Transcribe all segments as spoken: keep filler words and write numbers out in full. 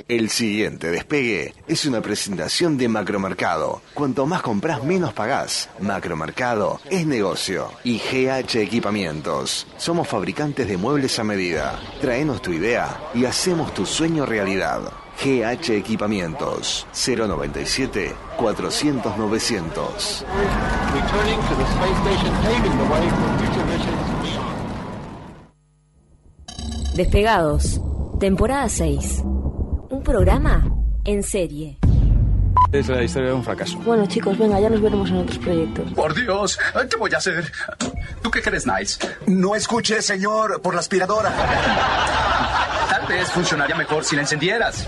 El siguiente despegue es una presentación de Macromercado. Cuanto más compras, menos pagás. Macromercado es negocio. Y G H Equipamientos. Somos fabricantes de muebles a medida. Traenos tu idea y hacemos tu sueño realidad. G H Equipamientos. cero noventa y siete, cuatrocientos, novecientos. Despegados. Temporada seis. Un programa en serie. Es la historia de un fracaso. Bueno, chicos, venga, ya nos veremos en otros proyectos. Por Dios, ¿qué voy a hacer? ¿Tú qué crees, Nice? No escuche, señor, por la aspiradora. Tal vez funcionaría mejor si la encendieras.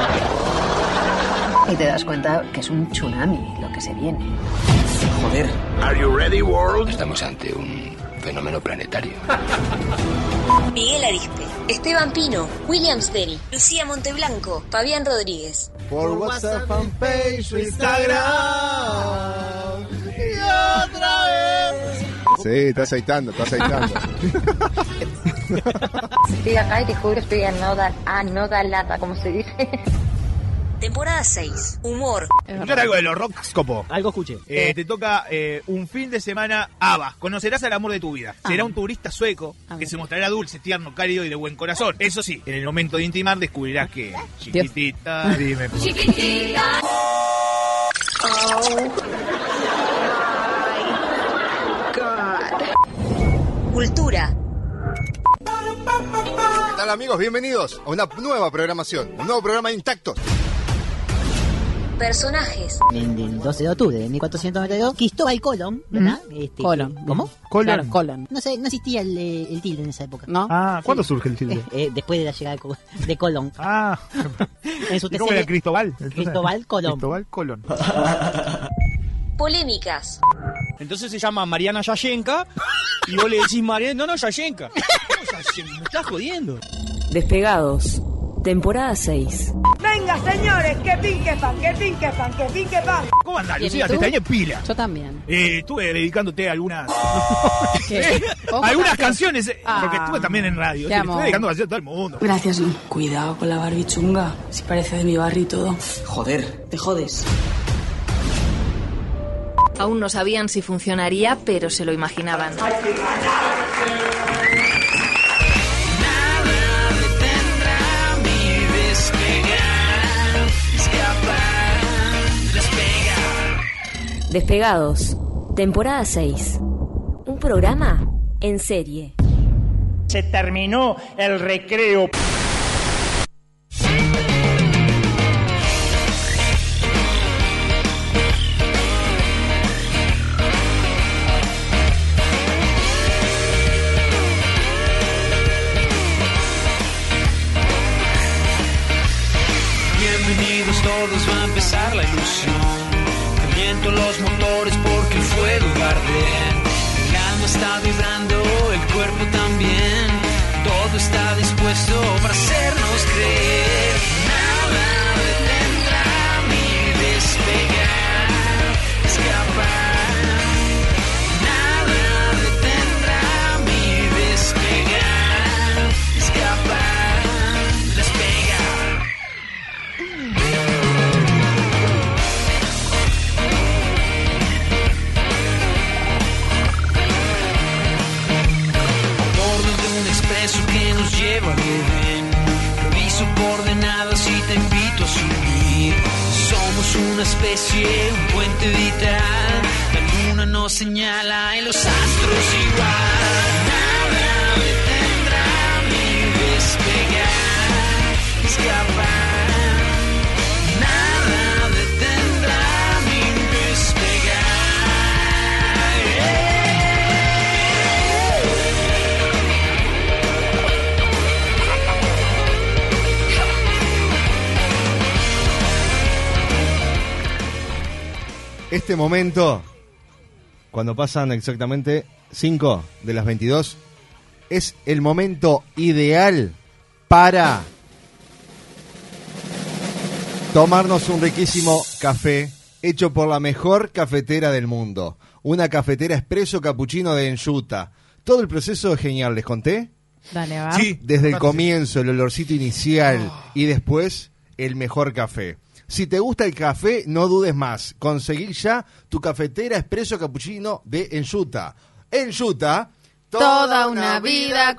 Y te das cuenta que es un tsunami lo que se viene. Joder. Are you ready, world? Estamos ante un fenómeno planetario. Miguel Arispe, Esteban Pino, William Steri, Lucía Monteblanco, Fabián Rodríguez. Por WhatsApp, fanpage, Instagram. Y otra vez. Sí, está aceitando, está aceitando. Estoy acá y te juro, estoy a no dar, a no dar lata, como se dice. Temporada seis. Humor. Escuchar algo de los Rockscopo. Algo escuché. Eh, te toca eh, un fin de semana ABBA. Conocerás al amor de tu vida. Ah. Será un turista sueco que se mostrará dulce, tierno, cálido y de buen corazón. Eso sí, en el momento de intimar descubrirás que... Chiquitita, dime... Por... Chiquitita. Oh. God. Cultura. ¿Qué tal, amigos? Bienvenidos a una nueva programación, un nuevo programa de Intactos. Personajes. En el doce de octubre de mil cuatrocientos noventa y dos, Cristóbal Colón, ¿verdad? Mm. Este, Colón. ¿Cómo? Colón. Claro, Colón. No sé, no existía el, eh, el tilde en esa época. ¿No? Ah, ¿cuándo Sí. surge el tilde? Eh, eh, después de la llegada de, Co- de Colón. Ah, En su ¿y cómo tercera- era Cristóbal? Cristóbal Colón. Cristóbal Colón. Polémicas. Entonces se llama Mariana Yashenka y vos le decís Mariana, no, no, Yashenka. ¿Cómo Yashenka? Me estás jodiendo. Despegados. Temporada seis. Venga, señores, que pinque pan, que pinque pan, que pinque pan. ¿Cómo andás, Bien, Lucía? ¿y Te tú? extrañé pila. Yo también. Eh, estuve dedicándote a algunas... ¿Qué? Ojo, algunas canción. canciones, eh, Ah. porque estuve también en radio. Te Sí, amo. estuve dedicando canciones a todo el mundo. Gracias, Lu. Cuidado con la barbichunga. Si parece de mi barrio y todo. Joder. Te jodes. Aún no sabían si funcionaría, pero se lo imaginaban. Despegados. Temporada seis. Un programa en serie. Se terminó el recreo. Bienvenidos todos, va a empezar la ilusión. Caliento los motores porque el fuego arde. El alma está vibrando, el cuerpo también. Todo está dispuesto para hacernos creer. Nada detendrá mi despegar, escapar. Nada detendrá mi despegar, escapar, despegar. Que nos lleva al Edén. Reviso coordenadas y te invito a subir. Somos una especie, un puente vital. La luna nos señala y los astros igual. Nada detendrá mi despegar, escapar. Nada detendrá mi despegar. Este momento, cuando pasan exactamente cinco de las veintidós, es el momento ideal para tomarnos un riquísimo café hecho por la mejor cafetera del mundo. Una cafetera expreso cappuccino de Enjuta. Todo el proceso es genial, ¿les conté? Dale, va. Sí. Desde el comienzo, el olorcito inicial y después el mejor café. Si te gusta el café, no dudes más. Conseguí ya tu cafetera expreso cappuccino de Enjuta. Enjuta, toda una vida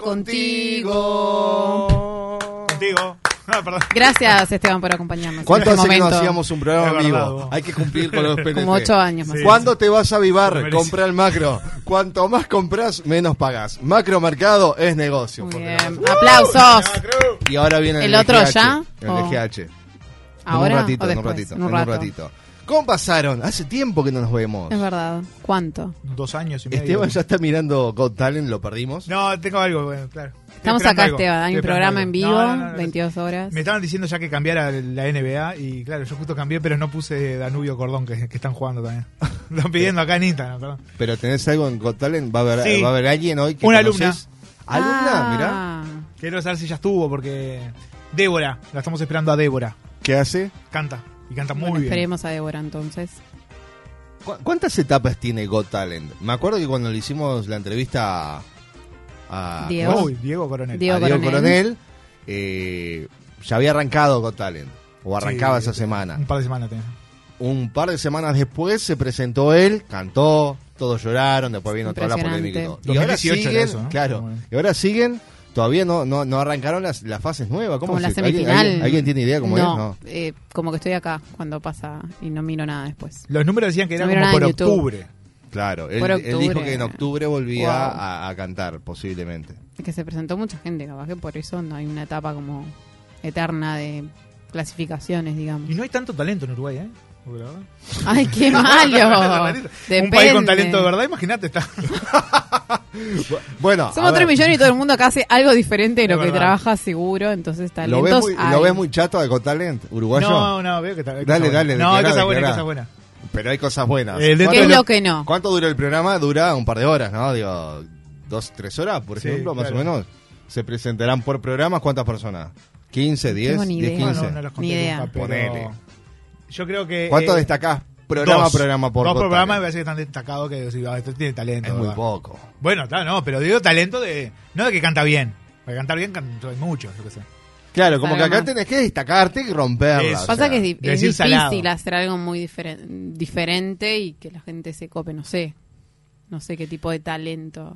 contigo. Contigo. Ah, perdón. Gracias, Esteban, por acompañarnos. ¿Cuánto en hace este que no momento? hacíamos un programa en verdad, vivo? vos. Hay que cumplir con los P N T. Como ocho años más. Sí. ¿Cuándo te vas a Lo avivar? merece. Compra el macro. Cuanto más compras, menos pagás. Macromercado es negocio. Muy porque bien. no- Aplausos. Y ahora viene el, ¿El otro G H, ya? El ¿O de G H. ¿Ahora En un ratito, o en un después? ratito. En un en un rato. ratito. ¿Cómo pasaron? Hace tiempo que no nos vemos. Es verdad. ¿Cuánto? Dos años y medio. Esteban ya está mirando Got Talent, lo perdimos. No, tengo algo, bueno, claro. Estoy Estamos esperando acá, algo. Esteban. Hay un Estoy programa esperando en algo. vivo, No, no, no, no. veintidós horas. Me estaban diciendo ya que cambiara la N B A y claro, yo justo cambié, pero no puse Danubio Cordón, que, que están jugando también. Están pidiendo acá en Instagram, perdón. Pero tenés algo en Got Talent, va a haber, Sí. va a haber alguien hoy que Una conoces? ¿Alumna? Ah. Mirá. Quiero saber si ya estuvo, porque Débora, la estamos esperando a Débora. ¿Qué hace? Canta, y canta muy Bueno, bien. esperemos a Débora entonces. ¿Cu- ¿Cuántas etapas tiene Got Talent? Me acuerdo que cuando le hicimos la entrevista a, a- Diego. ¿cómo Uy, Diego Coronel. Diego a Diego Coronel. Coronel, eh, ya había arrancado Got Talent, o arrancaba Sí, esa semana. Un par de semanas tenés. Un par de semanas después se presentó él, cantó, todos lloraron, después vino toda la polémica y todo. Y ahora dos mil dieciocho era siguen, eso, ¿no? claro, Bueno. y ahora siguen, todavía no no, no arrancaron las, las fases nuevas. ¿Cómo Como la se- ¿alguien, semifinal. alguien- alguien tiene idea cómo no, es? No. eh, como que estoy acá cuando pasa y no miro nada después. Los números decían que era No como vieron por nada en YouTube. octubre. Claro, él, Por él octubre. dijo que en octubre volvía Wow. a, a cantar, posiblemente. Es que se presentó mucha gente, capaz que por eso no hay una etapa como eterna de clasificaciones, digamos. Y no hay tanto talento en Uruguay, ¿eh? Porque la verdad- Ay, qué malo. Un país con talento de verdad, imagínate, está. Bueno, Somos a tres ver, millones y todo el mundo acá hace algo diferente de lo Es que verdad. trabaja seguro, entonces ¿lo ves, talentos muy, hay. ¿lo ves muy chato de Got Talent, uruguayo? No, no, veo que está. hay Dale, cosas dale, buenas. No, hay declará, cosas buenas, hay declará. cosas buenas. Pero hay cosas buenas. Eh, dentro ¿Qué es de- lo que no? ¿Cuánto dura el programa? Dura un par de horas, ¿no? Digo, dos, tres horas, por Sí, ejemplo, más claro. o menos. Se presentarán por programas, ¿cuántas personas? ¿quince, diez, tengo ni diez, idea. quince? No, no los conté Ni idea. nunca, pero Ponele. Yo creo que. ¿Cuánto eh, destacás programa dos. a programa por Dos Got programas me Talent? parece que están destacados que si, ah, este tiene talento. Es muy ¿verdad? poco. Bueno, claro, no, pero digo talento de. No de que canta bien. Porque cantar bien canta hay mucho, yo qué sé. Claro, como que Sabe acá más. tenés que destacarte y romperla. Eso. o Pasa sea. que es, di- de es decir difícil salado. hacer algo muy diferen- diferente y que la gente se cope, no sé. No sé qué tipo de talento.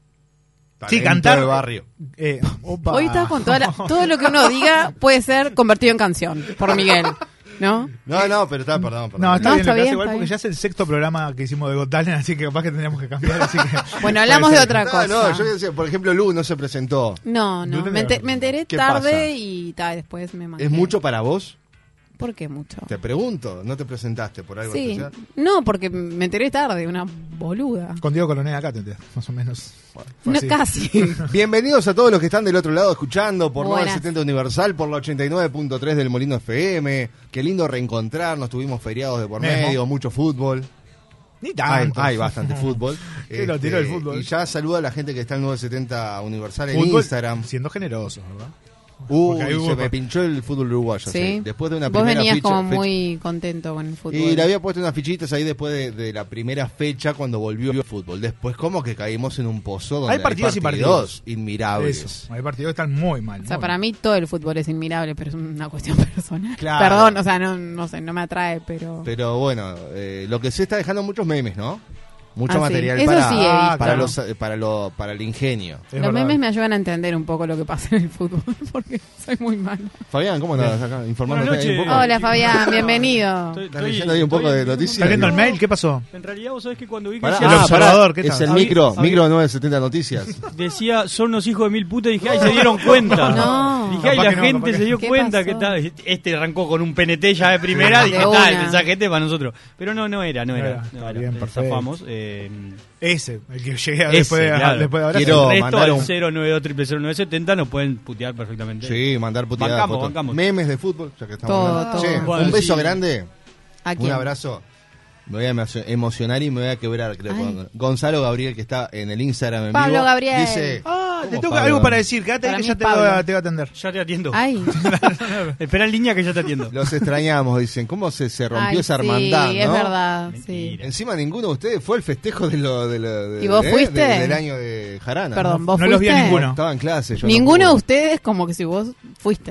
Sí, Talento cantar. de barrio. Eh, opa. Hoy está con toda la- todo lo que uno diga puede ser convertido en canción por Miguel, ¿no? No, no, pero está, perdón, perdón. No, está No, bien, está lo que hace bien, igual está porque bien. ya es el sexto programa que hicimos de Got Talent, así que capaz que tendríamos que cambiar. Así que Bueno, hablamos de puede ser. otra No, cosa. no, yo decía, por ejemplo, Lu no se presentó. No, no, Yo me, ente- me enteré ¿Qué tarde pasa? y ta, después me mandé. ¿Es mucho para vos? ¿Por qué mucho? Te pregunto, ¿no te presentaste por algo Sí, especial? no, porque me enteré tarde, una boluda. Con Diego Coronel acá, te enterás, más o menos. Fue No, así. casi. Bienvenidos a todos los que están del otro lado escuchando por Buenas. novecientos setenta Universal, por la ochenta y nueve punto tres del Molino F M. Qué lindo reencontrarnos, tuvimos feriados de por Memo. medio, mucho fútbol. Ni Hay, tanto. hay bastante fútbol. Sí, lo tiró el fútbol. Y ya saluda a la gente que está en novecientos setenta Universal en Fútbol, Instagram. Siendo generosos, ¿verdad? Uy, Porque ahí hubo- se me pinchó el fútbol uruguayo. Sí. sí. Después de una Vos primera venías ficha- como fecha- muy contento con el fútbol. Y le había puesto unas fichitas ahí después de, de la primera fecha cuando volvió el fútbol. Después como que caímos en un pozo donde Hay partidos y partidos. inmirables. Eso. Hay partidos que están muy mal. O sea, muy para mal. mí todo el fútbol es inmirable, pero es una cuestión personal. Claro. Perdón, o sea, no, no sé, no me atrae, pero... Pero bueno, eh, lo que se está dejando muchos memes, ¿no? Mucho Ah, sí. material Eso para, sí he visto. para, claro. los, eh, para, lo, para el ingenio. Es Los verdad. memes me ayudan a entender un poco lo que pasa en el fútbol, porque soy muy mala. Fabián, ¿cómo andás acá? Informando Buenas ahí un noches. poco. Hola, Fabián, bienvenido. Estoy- ¿Estás estoy- leyendo ahí un poco estoy- de noticias? ¿Estás viendo el mail? ¿Qué pasó? En realidad, vos sabés que cuando vi que Pará, decía, El ah, observador, pará, ¿qué es tal? el Había- micro, había- micro novecientos setenta Noticias. decía, son unos hijos de mil putas, dije, ay, se dieron cuenta. No. Dije, ay, Capaz la que no, gente capaz se que- dio ¿Qué cuenta pasó? que tal. Este arrancó con un P N T ya de primera, Sí, dije, de tal, una. pensá que este es para nosotros. Pero no, no era, no No era. era, no está era. bien, Eh, perfecto. zafamos. Eh, Ese, el que llegué a Ese, después, de, claro. después de ahora. Quiero- el resto mandar al un- cero nueve dos cero cero nueve setenta nos pueden putear perfectamente. Sí, mandar puteadas. Bancamos, fotos. bancamos. Memes de fútbol, ya que estamos Todo, hablando. todo. Che, Bueno, un beso sí. grande, ¿A un quién? abrazo. Me voy a emo- emocionar y me voy a quebrar, creo. Ay. con Gonzalo Gabriel, que está en el Instagram en Pablo vivo, Gabriel. dice... Ah, te ¿Cómo tengo Pablo? algo para decir. Quédate ahí Para que mí ya es te voy, a, Pablo. te voy a atender. Ya te atiendo. Ay, Espera en línea que ya te atiendo. Los extrañamos, dicen. ¿Cómo se, se rompió ay, esa sí, hermandad, es no? verdad, sí. Mentira. Encima ninguno de ustedes fue al festejo de lo, de lo- de- ¿Y vos de- fuiste? de- del año de Jarana. Perdón, ¿no? ¿vos No los vi a fuiste? ninguno. Estaba en clase. Yo Ninguno no de pude. ustedes como que si vos fuiste.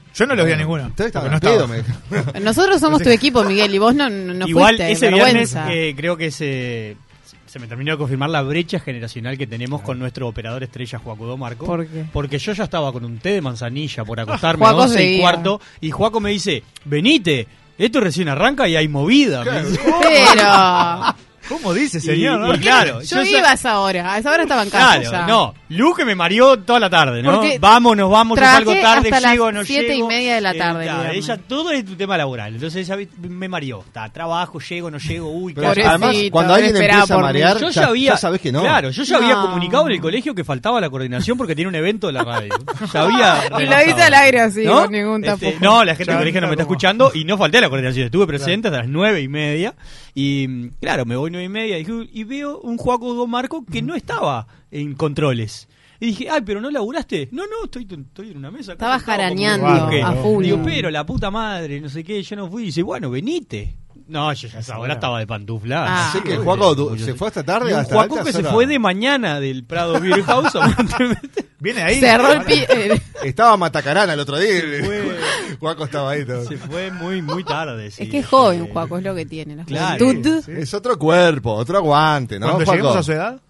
Yo no los vi a ninguno. Ustedes estaban no al pedo, estaba. me- Nosotros somos tu equipo, Miguel, y vos no, no Igual fuiste. ese vergüenza. viernes eh, creo que se, se me terminó de confirmar la brecha generacional que tenemos con nuestro operador estrella Juaco Marco. ¿Por qué? Porque yo ya estaba con un té de manzanilla por acostarme Juaco a once y seguía. cuarto y Juaco me dice, venite, esto recién arranca y hay movida. Me dice. Pero... ¿Cómo dice, Y- señor? y claro, Yo, yo iba a esa hora, a esa hora estaba en casa Claro, ya. no, Lu que me mareó toda la tarde, ¿no? Porque Vámonos, vamos, yo trabajé salgo tarde, hasta llego, las no siete llego. y media de la Eh, tarde, claro, digamos. ella, todo es tu tema laboral, entonces ella vi- me mareó. Está, trabajo, llego, no llego, uy, Pero claro. además, cuando alguien esperaba empieza a por mí. marear, Yo ya, ya había, ya sabés que no. Claro, yo ya No. había comunicado en el colegio que faltaba la coordinación porque tiene un evento de la radio. Ya había Y lo hice al aire así, ¿No? con ningún Este, tapujo. no, la gente Ya del colegio no me está como- escuchando y no falté a la coordinación. Estuve presente hasta las nueve y media. Y mm, claro, me voy nueve y media y, dije, y veo un Juaco Don Marco que no estaba en controles. Y dije, ay, pero no laburaste. No, no, estoy, estoy en una mesa. acá Estaba sentado como jaraneando un bloque. a full. Digo, pero la puta madre, no sé qué, yo no fui. Y dice, bueno, venite. No, yo ya a esa hora estaba de pantufla. Ah. Así que Juaco du- se fue hasta tarde. Y un hasta Juaco altas que se horas. fue de mañana del Prado Beer House a Montevideo. Viene ahí. Cerró el pie. eh, Estaba Matacarana el otro día. Juaco estaba ahí todo. Se fue muy, muy tarde. Sí. Es que es joven, Juaco, es lo que tiene. La Claro. juventud. Es otro cuerpo, otro aguante, ¿no? Cuando Juaco? lleguemos a su edad.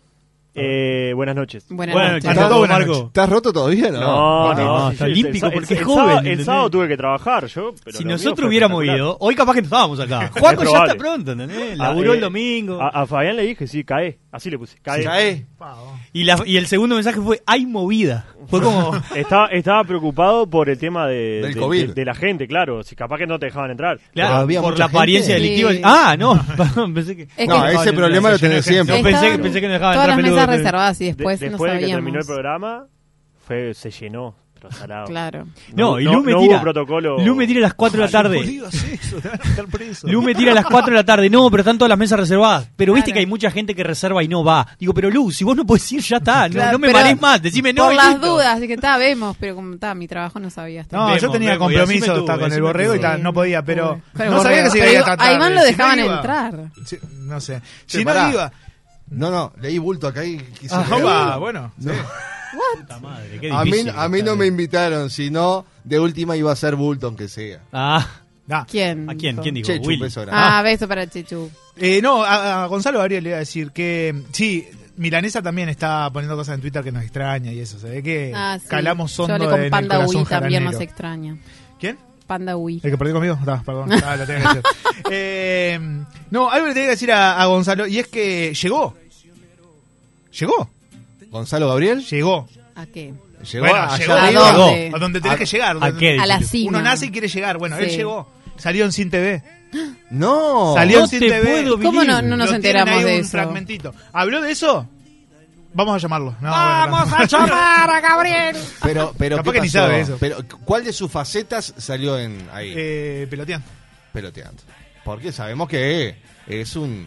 Eh, buenas noches. Buenas Buenas noches. noches, Ante todo, Marco. buenas Marco. noches. ¿Estás roto todavía? No, No, no, no, sí, está sí, olímpico el- porque el es sábado- joven, El ¿entendés? sábado tuve que trabajar yo. Pero Si lo mío nosotros fue hubiéramos espectacular. ido, hoy capaz que no estábamos acá. Juaco ya probable. está pronto, ¿entendés? Ah, Laburó eh, el domingo. A, a Fabián le dije, sí, cae. Así le puse, cae. Cae. Y, la, y el segundo mensaje fue, hay movida. Fue como... Estaba, estaba preocupado por el tema de, Del de, COVID. de- de la gente, claro. Si capaz que no te dejaban entrar. Claro, había por mucha la apariencia gente. delictiva. Sí. Ah, no, perdón, pensé que... Es No, que ese problema lo tenés siempre. No, pensé, que- estaban pensé que no dejaban todas las entrar mesas peludos. reservadas y De- después, después no de que sabíamos. terminó el programa, fue, se llenó. Pero salado. Claro. No, y Lu no, me no tira. hubo protocolo. Lu me tira a las cuatro de la tarde. Eso, te van a estar preso. Lu me tira a las cuatro de la tarde. No, pero están todas las mesas reservadas. Pero viste Claro. que hay mucha gente que reserva y no va. Digo, pero Lu, si vos no podés ir, ya está. No, Claro, no me pero marees más. Decime no. Por y las listo. dudas, así que está, vemos, pero como está, mi trabajo no sabía. hasta No, ahí. yo Vemos, tenía vemos, y así compromiso, me tuve, estaba con así el me borrego y tuve. tal, no podía, pero Pero no sabía borrego, que se iba a ir pero tan tarde. a Iván lo Si no dejaban iba- entrar. si- no sé. Che, Si no pará. iba. No, no, leí bulto acá y quise Ah, leer. va, bueno. No. Puta madre, qué A mí, difícil a mí está, no eh. me invitaron, sino de última iba a ser bulto, aunque sea. Ah, Nah. ¿Quién? ¿a quién? ¿Quién dijo? Chechu, Willy. beso grande. Ah, beso para Chechu. Eh, no, a, a Gonzalo Gabriel le iba a decir que sí, Milanesa también está poniendo cosas en Twitter que nos extraña y eso. Se ve que Ah, sí. calamos Yo hondo le en con el Panda corazón Wii también jaranero. nos extraña. ¿Quién? Panda Wii. ¿El que perdió conmigo? No, perdón. Ah, lo tenía que decir. Eh, no, algo le tenía que decir a, a Gonzalo y es que llegó. Llegó. ¿Gonzalo Gabriel? Llegó. ¿A qué? Llegó Bueno, allá llegó. ¿A arriba. dónde? A donde tenés ¿A- que llegar. ¿A qué? A la Uno cima. Uno nace y quiere llegar. Bueno, él Sí. llegó. Salió en Sin T V. No. Salió no en Sin te T V. puedo ¿Cómo no, vivir. no nos Lo tienen enteramos ahí de un eso? fragmentito. ¿Habló de eso? Vamos a llamarlo. No, ¡Vamos bueno, no. a llamar a Gabriel! Pero, pero, Capaz ¿qué que ni pasó? sabe eso. Pero, ¿cuál de sus facetas salió en ahí? Eh, peloteando. Peloteando. Porque sabemos que es un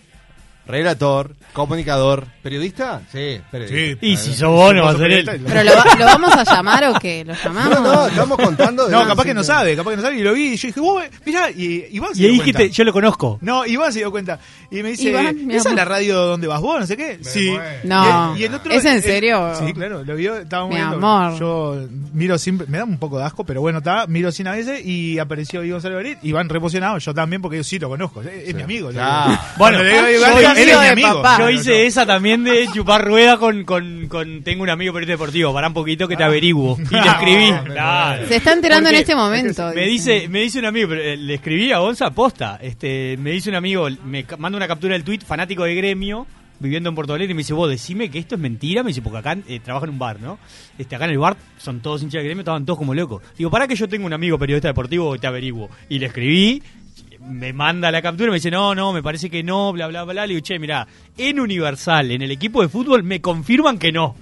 relator, comunicador, periodista. Sí, periodista. Y si sos vos, no va a ser él. ¿Pero lo, va- lo vamos a llamar o qué? ¿Lo llamamos? No, no, estamos contando. de- No, capaz que no sabe, capaz que no sabe. Y lo vi y yo dije, vos, mirá, y Iván se Y ahí dio dijiste, cuenta. yo lo conozco. No, Iván se dio cuenta. Y me dice, Iván, mi ¿esa es amor. la radio donde vas vos? No sé qué. Sí. No. Y el- y el otro- ¿Es en el- serio? Sí, claro, lo vio, estaba Mi viendo. amor. Yo miro siempre, me da un poco de asco, pero bueno, está, miro cien a veces y apareció Iván Salvarit. Iván reposionado, yo también, porque yo sí lo conozco. Es, es mi amigo. le Ah. digo. Bueno, Cuando le digo a yo Iván, hice él es mi de amigo. papá. Yo Claro, hice esa también de chupar rueda con, con, con tengo un amigo periodista deportivo, para un poquito que te averiguo. Y le escribí. No, Claro. Se está enterando en Porque este momento. Me dice, me dice un amigo, pero, eh, le escribí a Gonza posta. Este, me dice un amigo, me ca- manda una captura del tweet, fanático de Gremio, viviendo en Porto Alegre, y me dice, vos decime que esto es mentira. Me dice, porque acá eh, trabaja en un bar, ¿no? Este, acá en el bar son todos hinchas de Gremio, estaban todos como locos. Digo, para que yo tengo un amigo periodista deportivo que te averiguo. Y le escribí, me manda la captura y me dice, no, no, me parece que no, bla, bla, bla. Le digo, che, mirá, en Universal, en el equipo de fútbol, me confirman que no.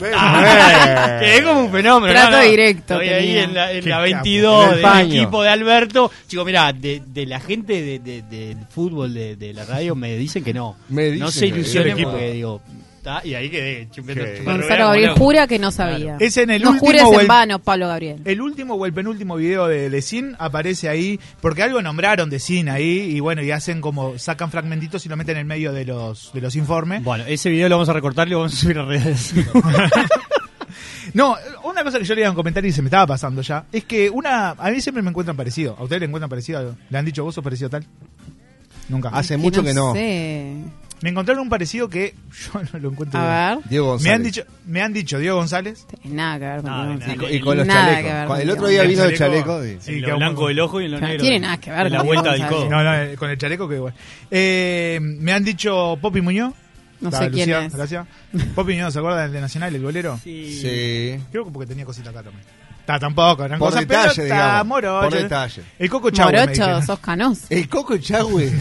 Ah, quedé como un fenómeno. Trato no, no. directo Estoy tenía. ahí en la, en Qué la capo. veintidós En el del paño. equipo de Alberto. Chico, mirá, de, de la gente de, de- del fútbol de, de la radio me dicen que no. Me dicen no se que- ilusionen del porque equipo. digo, ¿tá? Y ahí quedé chupando. Qué- chupando Gonzalo rueda, Gabriel como loco. jura que no sabía. Es en el no último jures o en el- vano, Pablo Gabriel. El último o el penúltimo video de, de Sin aparece ahí, porque algo nombraron de Sin ahí, y bueno, y hacen como, sacan fragmentitos y lo meten en medio de los, de los informes. Bueno, ese video lo vamos a recortar y lo vamos a subir a redes. No, una una cosa que yo le iba a comentar y se me estaba pasando ya, es que una a mí siempre me encuentran parecido. ¿A ustedes le encuentran parecido? ¿Le han dicho vos sos parecido tal? Nunca. Hace mucho que no. Sé. Me encontraron un parecido que yo no lo encuentro. A ver. Diego González. Me han dicho, me han dicho Diego González. Nada que ver con No, Diego nada. Y, González. con- y con los Nada que chalecos. ver Con- con el otro Diego día vino el González. chaleco. y- Sí, En que lo un- blanco del ojo y en lo Claro, negro. tiene nada que ver en la con vuelta Diego del codo. No, no, eh, con el chaleco que igual. Eh, me han dicho Popi Muñoz. No La sé quién Lucía, es. Gracias. Popi Muñoz, ¿se acuerdan del de Nacional, el golero? Sí. Sí. Creo que porque tenía cosita acá también. Está tampoco, eran Por cosas, detalle, pero digamos. está morocho. Por detalle. El Coco Chau. me Morocho, dijeron. sos canoso. El Coco Chahue.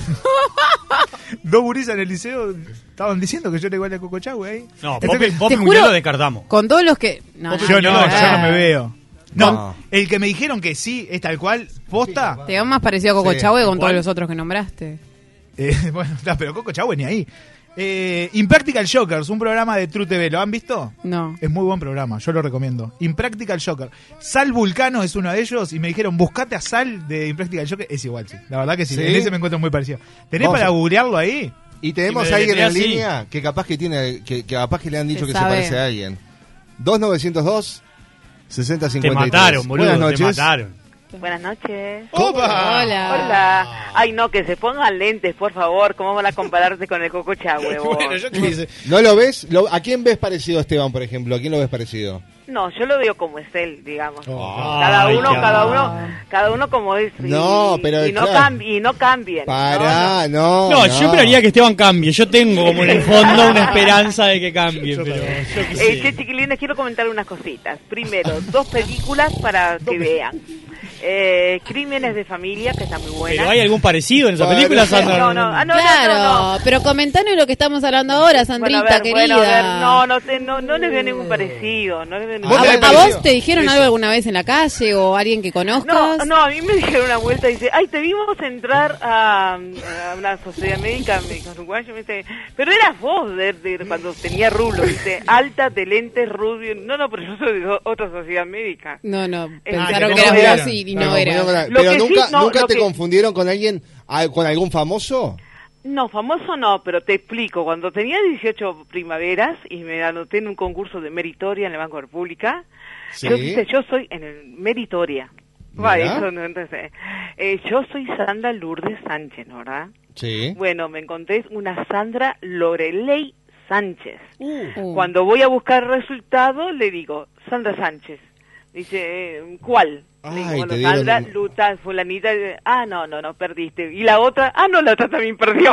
Dos gurisas en el liceo estaban diciendo que yo era igual al Coco Chau ahí. No, Este Popi, que- Popi Te Muñoz juro- lo descartamos. Con todos los que... No, yo no, nada que yo no ver. me veo. No, No. el que me dijeron que sí es tal cual, posta. Te va más parecido a Coco Sí. Chahue con ¿Cuál? todos los otros que nombraste. Eh, bueno, está, pero Coco Chau ni ahí. Eh, Impractical Jokers, un programa de True T V, ¿lo han visto? No. Es muy buen programa, yo lo recomiendo. Impractical Joker. Sal Vulcano es uno de ellos y me dijeron, buscate a Sal de Impractical Joker. Es igual, sí. La verdad que sí. ¿Sí? En ese me encuentro muy parecido. ¿Tenés Vamos para a- googlearlo ahí? Y tenemos Si me a alguien en deletreas, sí. línea que capaz que tiene, que, que capaz que le han dicho Se que sabe. se parece a alguien. dos nueve cero dos, sesenta Te cincuenta y tres. mataron, boludo. Buenas Te noches. mataron. Buenas noches. ¡Opa! Hola. Hola. Ay, no, que se pongan lentes, por favor. ¿Cómo van a compararse con el Coco Chahue, vos? Bueno, yo qué hice. ¿No lo ves? Lo- ¿A quién ves parecido a Esteban, por ejemplo? ¿A quién lo ves parecido? No, yo lo veo como es él, digamos. Oh. cada Ay, uno, qué cada amor. uno, cada uno como es. Y, No, pero y no, claro. cambi- y no cambien. Pará, no. No, yo esperaría que Esteban cambie. Yo tengo como en el fondo una esperanza de que cambie, pero yo qué sé. Eh, che, chiquilines, quiero comentar unas cositas. Primero, dos películas para que vean. Eh, Crímenes de Familia, que está muy buena. ¿Pero hay algún parecido en esa Bueno, película, Sandra? No, no, ah, no, claro, no, no. pero comentanos lo que estamos hablando ahora, Sandrita, Bueno, a ver, querida. bueno, a ver, no, no, te- no, no les veo ningún parecido. No les veo ningún ¿Vos ¿A, tenés a parecido? vos te dijeron Eso. algo alguna vez en la calle o alguien que conozcas? No, no, a mí me dijeron una vuelta y dice, ay, te vimos entrar a, a una sociedad médica, me dijo uruguayo, me dice, pero eras vos de, de cuando tenía rulo, dice, alta, de lentes, rubio, no, no, pero yo soy de o- otra sociedad médica. No, no, Eh, pensaron ah, que que eras confundieron. vos y, y Pero no confundieron era. con la- Lo Pero que nunca, sí, no, nunca lo te que- confundieron con alguien, ah, con algún famoso. No, famoso no, pero te explico, cuando tenía dieciocho primaveras y me anoté en un concurso de meritoria en el Banco República, Sí. yo dice, yo soy en el meritoria. Va, Mirá. eso no, entonces, eh, yo soy Sandra Lourdes Sánchez, ¿no, ¿verdad? Sí. Bueno, me encontré una Sandra Loreley Sánchez. Uh. Cuando voy a buscar resultado, le digo, Sandra Sánchez. Dice, eh, ¿cuál? Le digo, Ay, bueno, te dieron Sandra, un- Luta, fulanita. eh, Ah, no, no, no, perdiste. ¿Y la otra? Ah, no, la otra también perdió.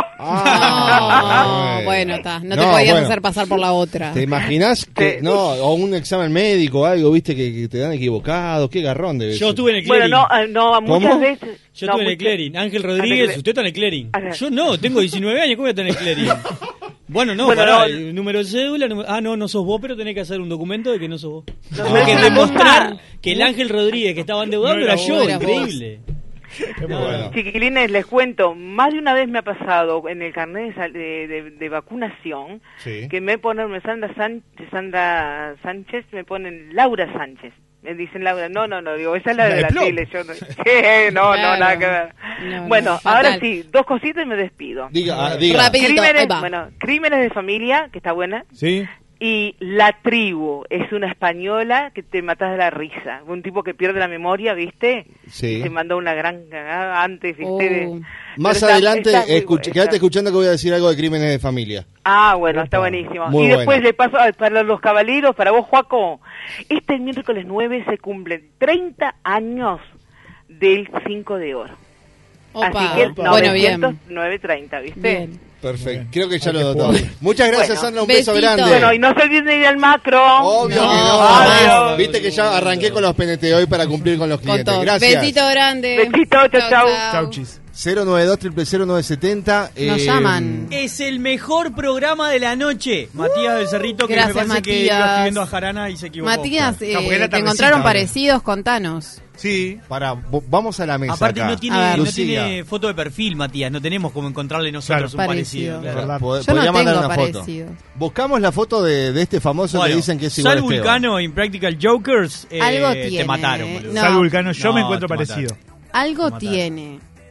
Ah, No, bueno, está. No, No, te podías bueno. hacer pasar por la otra. ¿Te imaginas que, Sí. no, o un examen médico o algo, viste, que, que te dan equivocado? Qué garrón debe Yo ser. estuve en el Bueno, clearing. no, eh, no, muchas ¿Cómo? veces... Yo no, estuve en el muchas- clearing. Ángel Ah, Rodríguez, de- usted está en el clearing. Ah, Yo no, tengo diecinueve años, ¿cómo voy a estar en el clearing? Bueno, no, Bueno, pará, no. el número de cédula, número- ah, no, no sos vos, pero tenés que hacer un documento de que no sos vos. No, Tengo que no, demostrar no. que el Ángel Rodríguez que estaba endeudado No no era era yo, vos, era increíble. Muy bueno. Chiquilines, les cuento, más de una vez me ha pasado en el carnet de, sal- de, de- de vacunación Sí. que me ponen Sandra Sánchez, Sandra Sánchez, me ponen Laura Sánchez. Me dicen Laura, no, no, no, digo, esa es la La de de la Plop. tele, yo no, ¿Qué? no, Claro. no, nada que ver. No, no, bueno, fatal. ahora sí, dos cositas y me despido. Diga, ah, diga. Rapidito, ahí Crímenes, va. bueno, Crímenes de Familia, que está buena, Sí. y La Tribu, es una española que te matas de la risa, un tipo que pierde la memoria, ¿viste? Sí. Se mandó una gran cagada antes, ¿viste? Oh. De- Más pero está- adelante, está muy escuch- bu- quédate está- escuchando que voy a decir algo de crímenes de familia. Ah, bueno, está buenísimo. Muy y después buena. le paso a- para los caballeros, para vos, Joaco. Este miércoles nueve se cumplen treinta años del cinco de oro. Opa. Así que Opa. Bueno, bien. nueve treinta, ¿viste? Bien. Perfecto. Creo que ya Hay lo que notó. jugar. Muchas gracias, Bueno. Sandra. Un beso Besito. grande. Bueno, y no se olviden de ir al macro. Obvio No, que no. adiós. Viste que ya arranqué con los P N T hoy para cumplir con los Con clientes. todo. Gracias. Besito grande. Besito, chau, chau. Chau, chis. cero nueve dos, cero cero nueve siete cero. Nos llaman. Es el mejor programa de la noche. Matías del Cerrito, que Gracias, me parece que Matías. iba escribiendo a Jarana y se equivocó. Matías, Claro, porque eh, era te tardecita encontraron ahora. parecidos, contanos. Sí. Para, vamos a la mesa. Aparte acá. no A tiene, ver. no Lucía. tiene foto de perfil, Matías. No tenemos como encontrarle nosotros Claro. un parecido. Parecido. claro. Verdad. Pod- Yo no podría mandar tengo una foto. parecidos. Buscamos la foto de, de este famoso Bueno, que dicen que es igual Sal a Esteban. Vulcano, Impractical Jokers, eh, Algo te tiene. mataron, boludo. No. Sal Vulcano, yo No, me encuentro te parecido. Algo Mataron. tiene.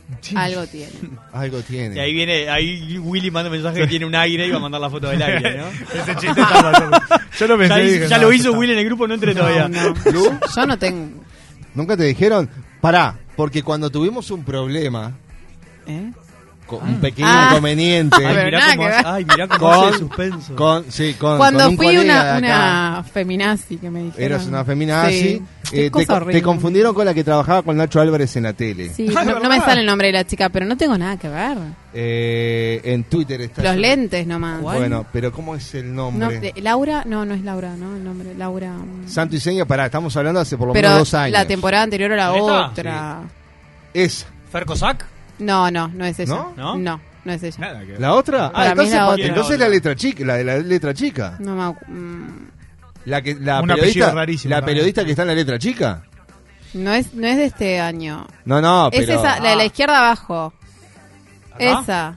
Algo tiene. Algo tiene. Y ahí viene, ahí Willy manda un mensaje que tiene un aire y va a mandar la foto del aire, ¿no? Ese chiste está pasando. Yo lo pensé. Ya, y dije, ya no, lo hizo está. Willy en el grupo, no entré No, todavía. no. ¿Lu? Yo no tengo. ¿Nunca te dijeron? Pará, porque cuando tuvimos un problema, ¿Eh? con un pequeño Ah. inconveniente, Pero Ay, mirá nada cómo, que hace- ver. ay, mirá cómo Con- hace suspenso. con, sí, con, Cuando con un fui colega una, de acá. una feminazi que me dijeron. Eras una feminazi. Sí. Qué Eh, te, cosa co- horrible. te confundieron con la que trabajaba con Nacho Álvarez en la tele. Sí, no, no me sale el nombre de la chica, pero no tengo nada que ver. Eh, en Twitter está. Los lentes nomás. Bueno, pero ¿cómo es el No, nombre? de- Laura, no, no es Laura, ¿no? El nombre, Laura. mm. Santo y seña, pará, estamos hablando hace por lo Pero menos dos años. la temporada anterior o la ¿Esta? otra. Es. ¿Fer Cossack? No, no, no es ella. ¿No? ¿No? No, no es ella. Nada que ver. ¿La otra? Para Ah, mí es entonces, la pa- otra. entonces la letra chica, la de la letra chica. No me acu- mm, La que la Un periodista, apellido rarísimo la también. periodista que está en la letra chica. no es, no es de este año. No, no, pero Es esa, la de la izquierda abajo. ¿Acá? Esa.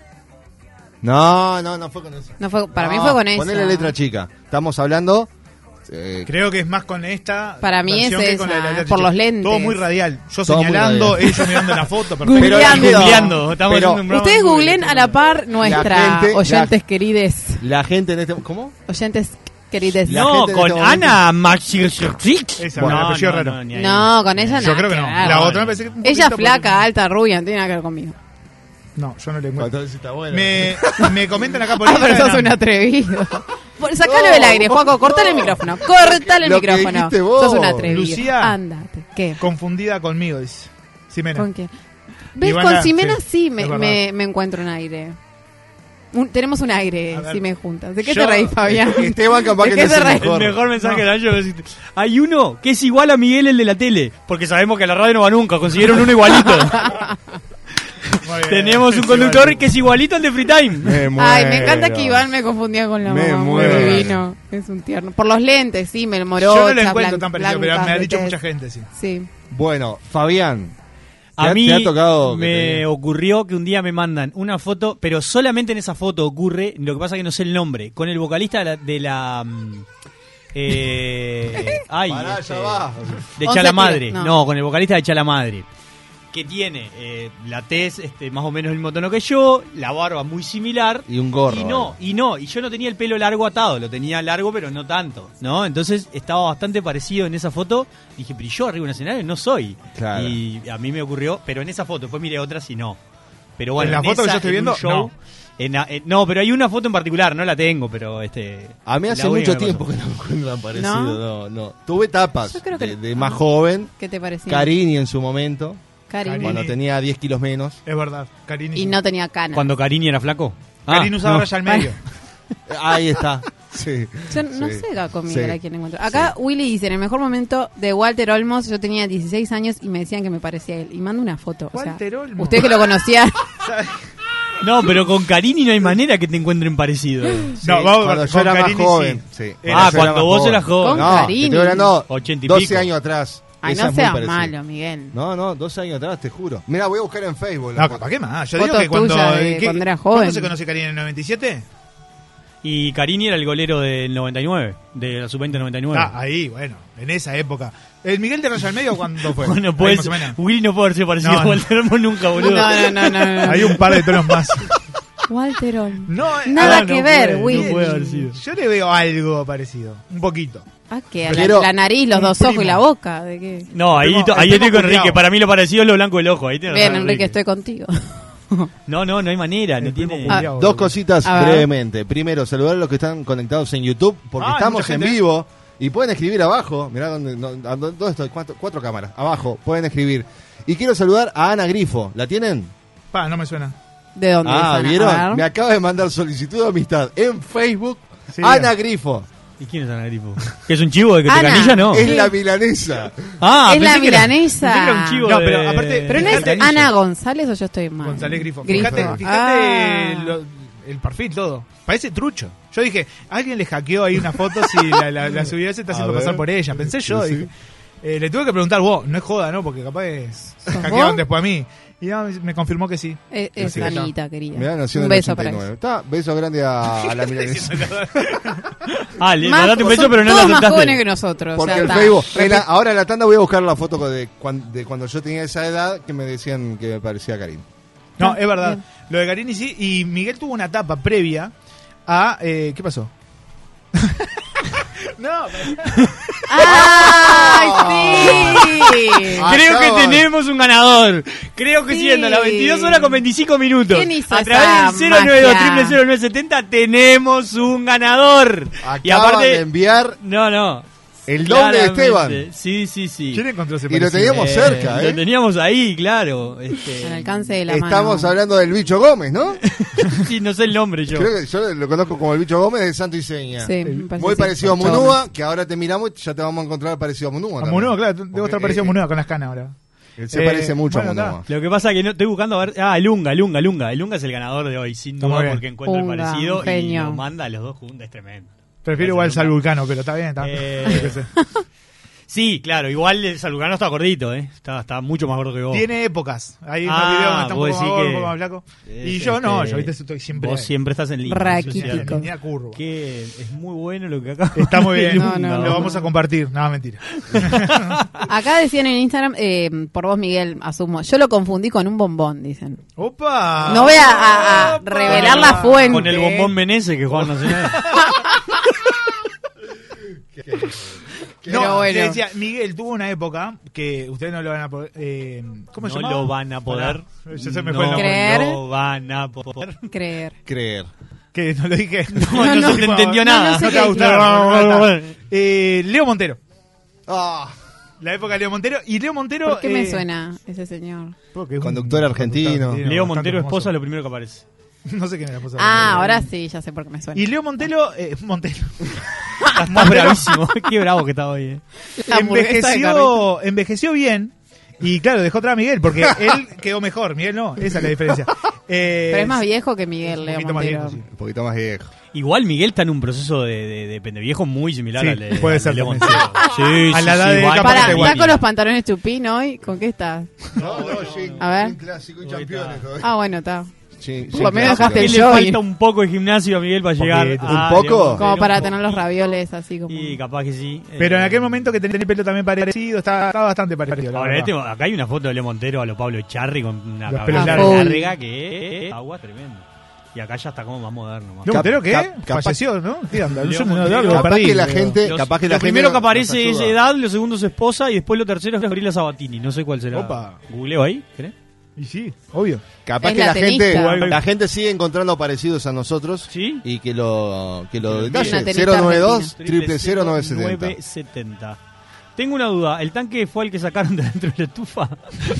No, no, no fue con eso. No fue, para No, mí fue con esa. Poné la letra chica. Estamos hablando eh, Creo que es más con esta. Para mí versión es que con la de la esa, letra por chica. los lentes. Todo muy radial. Yo Todo muy señalando, radial. ellos mirando la foto. Perfecto. Pero la gente- Googleando. Estamos Pero- haciendo un programa Ustedes muy googleen a la par nuestra gente- oyentes la- querides. la gente en este ¿cómo? Oyentes querides. La No, gente en con este momento- Ana Maxirchik. Esa, con el apellido raro. ni ahí. No, con ella Yo nada creo que no. ver. La otra me parece que un Ella poquito flaca, por- alta, rubia, no tiene nada que ver conmigo. No, yo no le encuentro. Entonces está bueno. Me, me comentan acá por Ah, pero sos Instagram. un atrevido. Por- Sacalo No, del aire, Juaco, cortale el no. micrófono. Cortale el Lo que micrófono. dijiste vos. Sos un atrevido. Lucía. Andate. ¿Qué? Confundida conmigo, dice. Ximena. ¿Con quién? ¿Ves? Ivana, Con Ximena sí, sí, me, es verdad. me, me encuentro un aire. Un- tenemos un aire A ver. si me juntas. ¿De qué Yo- te reís, Fabián? Esteban capaz ¿De que qué no te es el reís? mejor. El mejor mensaje del año es decir, hay uno que es igual a Miguel, el de la tele. Porque sabemos que a la radio no va nunca. Consiguieron uno igualito. Muy bien. Tenemos un Sí, conductor vale. que es igualito al de Free Time. Me Ay, me encanta muero. que Iván me confundía con la Me mamá. Muy muero. divino. Es un tierno. Por los lentes, sí, me morocha. Yo no lo encuentro blan- tan parecido, pero blancas me ha de dicho tez. mucha gente, sí. Sí. Bueno, Fabián. ¿te A ha- mí te ha tocado que me te- ocurrió que un día me mandan una foto, pero solamente en esa foto ocurre, lo que pasa es que no sé el nombre, con el vocalista de la... De la mm, eh, ay, Pará, este, ya va. de Once Chala tiros, Madre. no. No. con el vocalista de Chala Madre. Que tiene eh, la tez este, más o menos el mismo tono que yo, la barba muy similar. Y un gorro. Y no, y no, y yo no tenía el pelo largo atado, lo tenía largo pero no tanto, ¿no? Entonces estaba bastante parecido en esa foto. Dije, pero yo arriba de un escenario no soy. Claro. Y a mí me ocurrió, pero en esa foto, después miré otras y no. Pero bueno, ¿En la foto que esa, yo estoy en viendo? un show, No. en la- en- no, pero hay una foto en particular, no la tengo, pero este. A mí hace la única mucho que me tiempo pasó. que no me encuentran parecido. ¿No? No, no. Tuve etapas Yo creo que- de, de más joven. ¿Qué te parecía? Carini en su momento. Carini. Cuando tenía diez kilos menos. Es verdad. Carini. Y no tenía canas. Cuando Carini era flaco. Carini Ah, usaba no. raya al medio. Ahí está. Sí. Yo no Sí. sé acá con Sí. Miguel a quién encuentro. Acá Willy dice, en el mejor momento de Walter Olmos, yo tenía dieciséis años y me decían que me parecía a él. Y mando una foto. O sea, Walter Olmos. usted que lo conocía. No, pero con Carini no hay manera que te encuentren parecido. No, vamos Cuando con yo era más Carini, joven. sí. Sí. Era- Ah, Yo cuando más vos joven. eras joven. Con No, te Carini. estoy hablando Ochenta y doce pico. años atrás. Ay, Esa no es muy seas parecida. malo, Miguel. No, no, doce años atrás, te juro. Mira, voy a buscar en Facebook. la No, foto. ¿para qué más? Yo Fotos digo que cuando. tuyas de ¿qué- cuando era ¿Cuándo joven. se conoce Carini? ¿En el noventa y siete? Y Carini era el golero del noventa y nueve, de la sub veinte noventa y nueve. Ah, ahí, bueno, en esa época. ¿El Miguel de Raya al Medio cuándo fue? Bueno, Ahí pues, más o menos. Willy no puede haber sido parecido No, a no. Walter Olmos nunca, boludo. No, no, no, no, no. Hay un par de tonos más. Walter Olmos. No, Nada no, que no ver, puede, Willy. no puede haber sido. Yo le veo algo parecido. Un poquito. Ah, que a la, Pero- la nariz, los un dos ojos primo. y la boca. ¿De qué? No, ahí, Tengo- to- ahí tengo estoy con cuidado. Enrique. Para mí lo parecido es lo blanco del ojo. Ahí tenés Bien, razón, Enrique, estoy contigo. No, no, no hay manera. No El primo tiene... culiao, Ah, boludo. Dos cositas A ver. brevemente. Primero, saludar a los que están conectados en YouTube, porque Ah, hay estamos mucha en gente. vivo y pueden escribir abajo. Mirá dónde, no, a dó- dónde estoy, cuatro, cuatro cámaras. Abajo, pueden escribir. Y quiero saludar a Ana Grifo. ¿La tienen? Pa, no me suena. ¿De dónde? Ah, es, Ana? A ¿vieron? ver. Me acaba de mandar solicitud de amistad en Facebook. Sí, Ana Grifo. ¿Y quién es Ana Grifo? ¿Que es un chivo de que te Ana. canilla? No. Es la milanesa. Ah, Es la pensé que era- milanesa. pensé que era un chivo No, de- pero aparte- Pero no es Canilla. Ana González o yo estoy mal. González Grifo. Grifo. Fíjate, fíjate Ah. lo- el perfil, todo. Parece trucho. Yo dije, alguien le hackeó ahí una foto si la, la, la seguridad se está A haciendo ver. pasar por ella. Pensé yo. Sí, sí. dije, eh, le tuve que preguntar, vos, no es joda, ¿no? Porque capaz es- se ¿Sos hackearon vos? después a mí. Y no, me confirmó que sí. Es, es Sí, está. Anita, querida. Mirá, nació en Un el beso ochenta y para nueve. ella. Está, beso grande a, a la milanesa. Ah, le Más- mandaste un beso, son pero no lo todos más aceptaste. jóvenes que nosotros. Porque o sea, el está. Facebook. en la- Repet- ahora en la tanda voy a buscar la foto de, cuan- de cuando yo tenía esa edad que me decían que me parecía Karim. No, es verdad. Lo de Garini sí. Y Miguel tuvo una etapa previa a... Eh, ¿Qué pasó? No, ¡ay, sí! Creo que tenemos un ganador. Creo que Sí. siendo las veintidós horas con veinticinco minutos, ¿Quién hizo a través esa del cero nueve dos magia? cero nueve setenta tenemos un ganador. Acaban y aparte de enviar no, no. el nombre de Claramente. Esteban. Sí, sí, sí. ¿Quién encontró ese Y lo parecido? teníamos cerca, ¿eh? Lo teníamos ahí, claro. Este, Al alcance de la Estamos mano. hablando del Bicho Gómez, ¿no? sí, no sé el nombre yo. Creo que yo lo conozco como el Bicho Gómez de Santo y Seña. Sí, me parece Muy que sí. parecido a Bicho Munúa, Gómez. que ahora te miramos y ya te vamos a encontrar parecido a Munúa. A también. Munúa, claro. Debo Porque, estar parecido a eh, Munúa con las canas ahora. Él se Eh, parece mucho bueno, a Munúa. Lo que pasa es que no, estoy buscando a ver. Ah, el Unga, el Unga, el Unga. El Unga es el ganador de hoy, sin Está duda, muy bien. porque encuentra Unga, el parecido un y genio. lo manda a los dos juntos. Es tremendo. Prefiero igual Sal Vulcano, pero está bien. Está Eh, yo qué sé. Sí, claro, igual el Salugano está gordito, ¿eh? Está, está mucho más gordo que vos. Tiene épocas. Hay unos Ah, videos donde está un vos poco más decís gordo, que- un poco más flaco. Y Es, yo no, este, yo ¿viste? Estoy siempre. Vos siempre estás en línea. Raquítico. Eso sí, Línea curva. que es muy bueno lo que acá. Está muy bien. No, no, Lo no. vamos a compartir. No, mentira. Acá decían en Instagram, eh, por vos, Miguel, asumo. Yo lo confundí con un bombón, dicen. ¡Opa! No voy a, a- a revelar la fuente. Con el bombón Menezes que juega en Nacional. No, Pero bueno. te decía, Miguel tuvo una época que ustedes no lo van a poder. Eh, ¿Cómo se No llama? lo van a poder. Pará, ya se me no fue el nombre. Creer. lo van a poder. Creer. Creer. Que no lo dije. No, no, no, se te entendió no, nada. no sé No te va a qué gustar. dije. no, no, no, no. Eh, Leo Montero. Ah, La época de Leo Montero. Y Leo Montero. ¿Por qué me eh, suena ese señor? porque es un Conductor argentino. Leo bastante Montero, famoso. esposa, lo primero que aparece. No sé quién es la esposa. de Ah, Montero. ahora sí, ya sé por qué me suena. Y Leo Montero. Eh, Montero. Está bravísimo. Qué bravo que está hoy, eh. La hamburguesa de envejeció, envejeció bien. Y claro, dejó atrás a Miguel, porque él quedó mejor. Miguel no, esa es la diferencia. Eh, Pero es más viejo que Miguel, un Leo poquito más Montero. viejo, sí. un poquito más viejo. Igual Miguel está en un proceso de, de, de pendeviejo muy similar Sí, al de, puede al de ser Leo también, Montero. Sí, A sí, la edad sí, de va- Capaz Para, que ¿está igual. con los pantalones chupín hoy? ¿Con qué estás? No, no, Gin, A ver. Gin clásico y campeones. todavía. Ah, bueno, está. Gin- Por Gin lo menos clásico. dejaste ¿Qué el le jogging. falta un poco de gimnasio a Miguel para llegar Poquito. a ¿Un poco? Leo Montero? Como para Un tener poco. los ravioles así como... Y capaz que sí. Pero en Eh, aquel momento que tenía el pelo también parecido, estaba, estaba bastante parecido. la Ahora, verdad. este- acá hay una foto de Leo Montero a lo Pablo Echarri con una Los cabeza pelos largos. larga que es agua tremenda. Y acá ya está como más moderno. Más ¿Leo Montero qué? cap- capaz- Falleció, ¿no? ¿Qué anda? Leo Yo me- Montero. lo Capaz perdí, que la pero- gente, Los- capaz que lo la gente primero no- que aparece nos es ayuda. edad, lo segundo es esposa y después lo tercero es Gabriela Sabatini. No sé cuál será. Opa. Googleo ahí, ¿crees? Y sí, obvio. Capaz Es que la la gente, tenista. la gente sigue encontrando parecidos a nosotros ¿Sí? y que lo que lo Una detalle. tenista cero nueve dos, argentina. triple cero nueve setenta. nueve setenta. Tengo una duda, ¿el tanque fue el que sacaron de dentro de la estufa?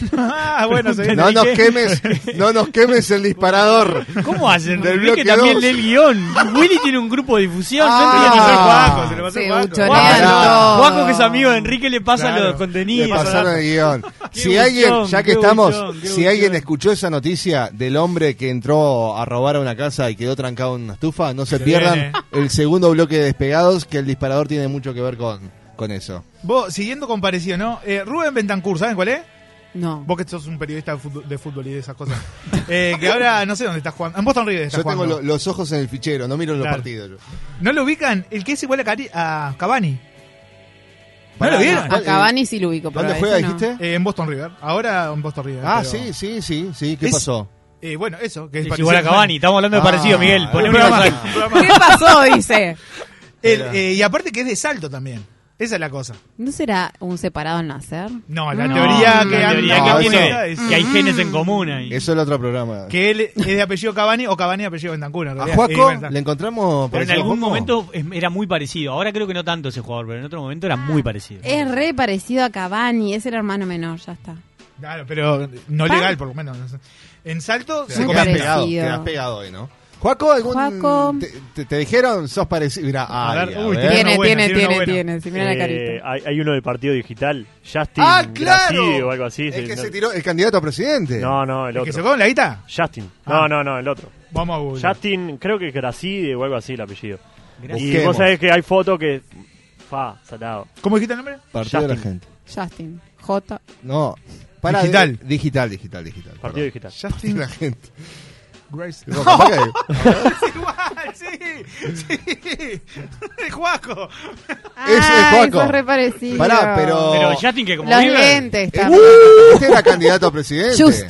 Ah, bueno, se No nos Enrique. quemes, no nos quemes el disparador. ¿Cómo hacen? Del Enrique bloque también dos. lee el guión. Willy tiene un grupo de difusión. Ah. no Se lo entiendo. pasó Juaco, se lo pasó Sí, Juaco. buchoneando. Juaco, Juaco, que es amigo de Enrique, le pasa Claro. los Le contenidos. pasaron el guión. Qué Si alguien, buchón, ya que qué estamos, buchón, qué si buchón. alguien escuchó esa noticia del hombre que entró a robar a una casa y quedó trancado en una estufa, no se Se pierdan viene. el segundo bloque de Despegados, que el disparador tiene mucho que ver con, con eso. Vos, siguiendo con parecido, ¿no? Eh, Rubén Bentancur, ¿saben cuál es? No. Vos que sos un periodista de fútbol, de fútbol y de esas cosas. Eh, que ahora no sé dónde estás jugando. En Boston River estás Yo tengo jugando. lo- los ojos en el fichero, no miro los Claro. partidos. yo. ¿No lo ubican? El que es igual a, Cari- a Cavani. ¿No Pará, lo vieron? A Cavani sí lo ubico, pero ¿Dónde a juega, ese no. dijiste? Eh, en Boston River. Ahora en Boston River. Ah, pero- sí, sí, sí, sí. ¿Qué Es- pasó? Eh, bueno, eso. Que es Es parecido igual a Cavani, estamos hablando de Ah, parecido, Miguel. Poné Un un programa- mensaje. un programa- ¿Qué pasó? Dice. El, eh, y aparte que es de salto también. Esa es la cosa. ¿No será un separado al nacer? No, la No, teoría La que teoría anda- que no, tiene esa es- que hay genes en común ahí. Eso es el otro programa. que él es de apellido Cavani o Cavani de apellido Bentancur. En A realidad. Juaco Eh, bueno, le encontramos Pero en parecido a algún Juaco. momento es- era muy parecido. Ahora creo que no tanto ese jugador, pero en otro momento era muy parecido. Es re parecido a Cavani, es el hermano menor, ya está. Claro, pero no Pa. legal por lo menos. no sé. En salto se Muy Quedas comenta. pegado, parecido. quedas pegado hoy, ¿no? Juaco, ¿algún Juaco. Te, te- te dijeron sos parecido? Mirá, A ay, ver, a uy, ver. tiene Tiene, una buena, tiene, tiene una tiene, buena. tiene. Si mira la Eh, carita. hay, hay uno del partido digital, Justin ¡Ah, claro! Gracide o algo así. El se- que no, se tiró, el candidato a presidente. no, no, el ¿El que se otro. fue con la guita? Justin. Ah. No, no, no, el otro. Vamos a Google. Justin, creo que es Gracide o algo así el apellido. Y Busquemos. vos sabés que hay fotos que... Fa, salado. ¿Cómo dijiste el nombre? Partido de la Justin. gente. Justin. J. No. Para Digital. de- digital, digital, digital. Partido perdón. digital. Justin La gente. Grace. No, capaz que- Es igual, sí, sí. Es Juaco. Ese es Ah, Juaco. eso es re parecido. Pará, pero. Pero Justin que como Los River- lentes. Eh, está- Este era candidato a presidente. Justin.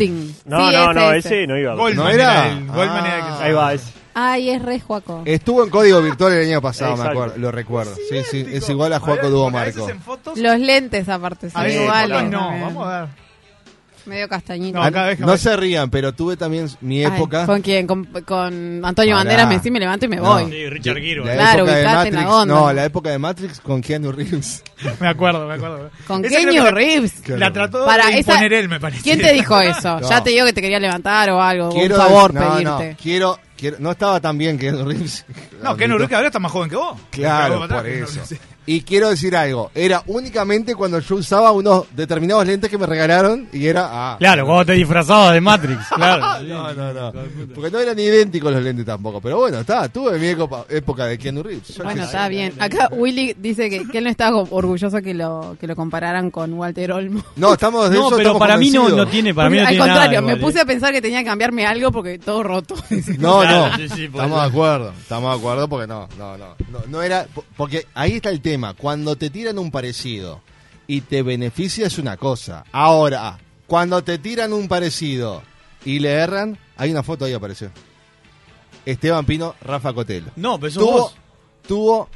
No, Sí, no, ese, no, ese. ese no iba. Goldman ¿No era? el Goldman Ah. era el que Ahí va, ese. Ay, es re Juaco. Estuvo en código virtual el año pasado, me Exacto. acuerdo, lo recuerdo. Sí, sí, idéntico. es igual a A Juaco ver, Dúo porque a veces Marco. en fotos- Los lentes aparte son A veces en iguales. fotos no, también. vamos a ver. Medio castañito. No, Ah, cada vez que no aparece- se rían, pero tuve también mi Ay, época. ¿Con quién? Con, con Antonio Pará. Banderas, me, sí, me levanto y me No. voy. Sí, Richard Gere. La Claro, época de ubicate en la Matrix. onda. No, la época de Matrix con Keanu Reeves. Me acuerdo, me acuerdo. Con Esa creo Keanu que la- Reeves. La trató Para de esa- imponer él, me parece. ¿Quién te dijo eso? No. Ya te digo que te quería levantar o algo, Quiero un favor no, pedirte. No, quiero, quiero, no estaba tan bien Keanu Reeves. No, Keanu Reeves ahora está más joven que vos. Claro, Pero vos por atrás, eso. no sé. Y quiero decir algo, era únicamente cuando yo usaba unos determinados lentes que me regalaron y era... Ah, Claro, cuando te disfrazabas de Matrix, claro. no, no, no. Porque no eran idénticos los lentes tampoco. Pero bueno, está, tuve mi época, época de Keanu Reeves. Yo Bueno, qué está sé. bien. Acá Willy dice que, que él no estaba orgulloso que lo, que lo compararan con Walter Olmo. No, estamos de No, eso pero estamos para mí no, convencidos. no tiene, para mí Porque, no al tiene contrario, nada me igual, puse ¿eh? a pensar que tenía que cambiarme algo porque todo roto. No, Claro, no, sí, sí, por estamos eso. de acuerdo, estamos de acuerdo porque no, no, no, no, no era, po- porque ahí está el tema, cuando te tiran un parecido y te beneficia es una cosa, ahora, cuando te tiran un parecido y le erran, hay una foto ahí apareció, Esteban Pino, Rafa Cotelo. No, pero sos Tuvo, vos. tuvo,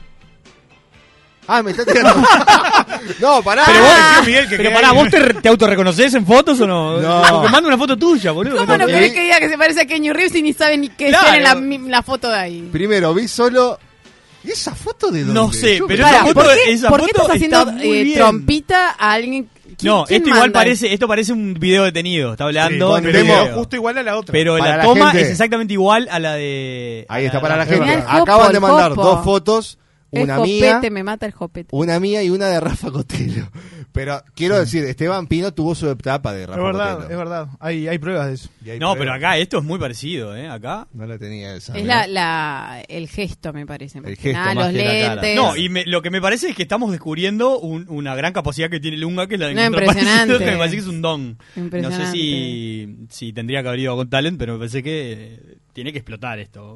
ah, me está tirando, no, pará, Pero vos, Ah, Miguel, que pero queda pará, ahí. ¿vos te, te autorreconocés en fotos o no? No. Porque manda una foto tuya, boludo. ¿Cómo no Sí. querés que diga que se parece a Keanu Reeves y ni sabe ni qué Claro. decir en la, mi- la foto de ahí? primero vi solo, ¿y esa foto de dónde? No sé, Yo pero me- esa Para, foto- ¿por qué, esa por qué foto estás haciendo está muy eh, bien. trompita a alguien? ¿Quién- No, quién esto igual manda? parece, esto parece un video detenido, está hablando. Sí, pero, contemos. Pero justo igual a la otra. pero Para la la toma gente. es exactamente igual a la de... Ahí a está para la de- gente, Mirá el jopo, acaban de el mandar jopo. dos fotos, El una jopete, mía, me mata el jopete. una mía y una de Rafa Cotelo. Pero quiero decir, Esteban Pino tuvo su etapa de Es Rafa verdad, Cotelo. es verdad. Hay, hay pruebas de eso. Y hay No, pruebas. pero acá esto es muy parecido, ¿eh? Acá... No la tenía esa. Es mirá. la, la, el gesto, me parece. El gesto Ah, más los que la cara. lentes. No, y me- lo que me parece es que estamos descubriendo un- una gran capacidad que tiene Lunga, que es la de No, encontrar impresionante. parecidos, que me parece que es un don. No sé Impresionante. si, si tendría que haber ido con talent, pero me parece que eh, tiene que explotar esto.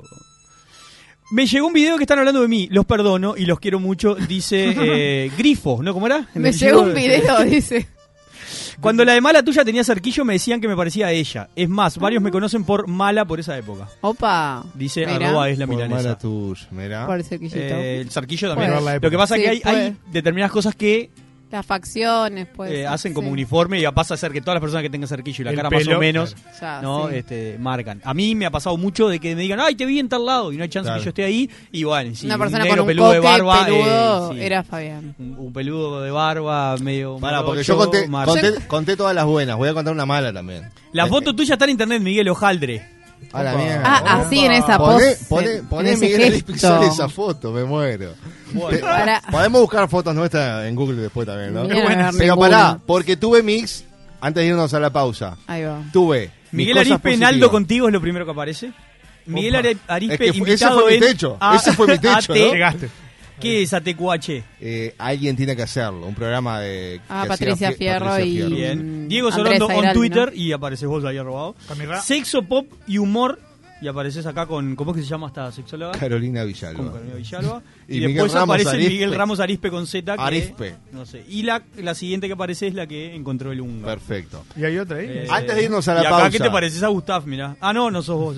Me llegó un video que están hablando de mí, los perdono y los quiero mucho, dice eh, Grifo, ¿no? ¿Cómo era? Me llegó un video, dice. Cuando la de Mala Tuya tenía cerquillo me decían que me parecía a ella. Es más, varios me conocen por Mala por esa época. Opa. Dice Mirá. arroba es la Por milanesa. mala tuya, mirá. Por el cerquillito. Eh, el cerquillo también. Puede ver la Lo época. que pasa es Sí, que hay, puede. hay determinadas cosas que Las facciones, pues. eh, hacen como sí. uniforme y pasa a ser que todas las personas que tengan cerquillo y la El cara más pelo, o menos Ya, no sí. este, marcan. A mí me ha pasado mucho de que me digan, ay, te vi en tal lado y no hay chance Claro. que yo esté ahí. Y bueno, sí, Una un persona negro con un peludo de coque barba, peludo eh, sí. era Fabián. un, un peludo de barba medio... Pará, medio porque yo ocho, conté, marca. conté, conté todas las buenas, voy a contar una mala también. La Eh, foto tuya está en internet, Miguel Ojaldre. A la Opa. mierda. Ah, así en esa Poné, pose. poné, en poné ese Miguel gesto. Pixel esa foto, me muero. Bueno. Te- Pará. Podemos buscar fotos nuestras en Google después también, ¿no? Mira, Pero ninguna. pará, porque tuve mix, antes de irnos a la pausa, Ahí va. tuve mis Miguel cosas Arispe en positivas. Aldo contigo es lo primero que aparece. Miguel Are- Arispe Es que fue- ese invitado fue mi en techo, A- ese fue mi techo, A T. ¿no? Llegaste. ¿Qué es A T Q H? Eh, alguien tiene que hacerlo, un programa de... Ah, que Patricia hacía Fie- Fierro Patricia y- Fierro. Bien. Mm, Diego Andrés Sorondo on Airaldi, Twitter ¿no? y apareces vos ahí robado. Camirra. Sexo, pop y humor. Y apareces acá con. ¿Cómo es que se llama esta sexóloga? Carolina Con Villalba. Carolina Villalba. Y y, Miguel después Ramos aparece Arispe. Miguel Ramos Arispe con Z. Que, Arispe. No sé. Y la, la siguiente que aparece es la que encontró el Unga. Perfecto. Y hay otra ahí. Eh, Antes de irnos a la y acá, pausa. ¿qué te pareces a Gustav? Mirá. Ah, no, no sos vos.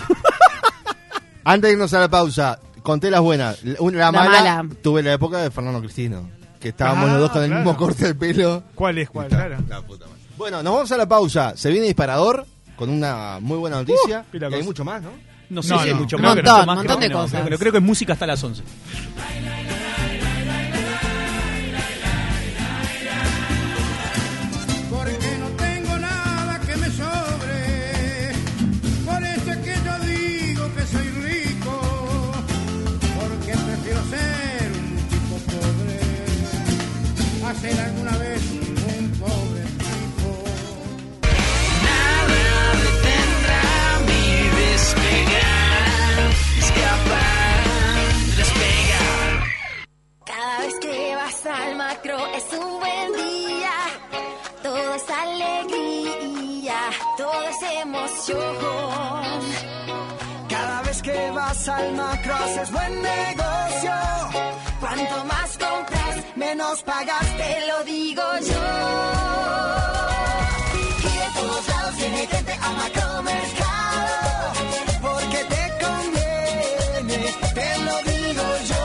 Antes de irnos a la pausa, conté las buenas. Una, la, La mala, mala. tuve la época de Fernando Cristino. Que estábamos Ah, los dos con el claro. mismo corte de pelo. ¿Cuál es cuál? Está, Claro. la puta madre. Bueno, nos vamos a la pausa. Se viene Disparador con una muy buena noticia. Uh, pila y hay cosa. mucho más, ¿no? No sé No, si hay no. mucho Un más. montón, creo que no, montón de creo que no, cosas. Pero creo que es música hasta las once. Porque no tengo nada que me sobre. Por eso es que yo digo que soy rico. Porque prefiero ser un tipo pobre a ser alguna vez un pobre tipo. Nada detendrá mi despegar, escapar, despegar. Cada vez que vas al macro es un buen día, todo es alegría, todo es emoción. Cada vez que vas al macro haces buen negocio. Cuanto más compras, menos pagas, te lo digo yo. Y de todos lados viene gente a Macromercado, porque te conviene, te lo digo yo.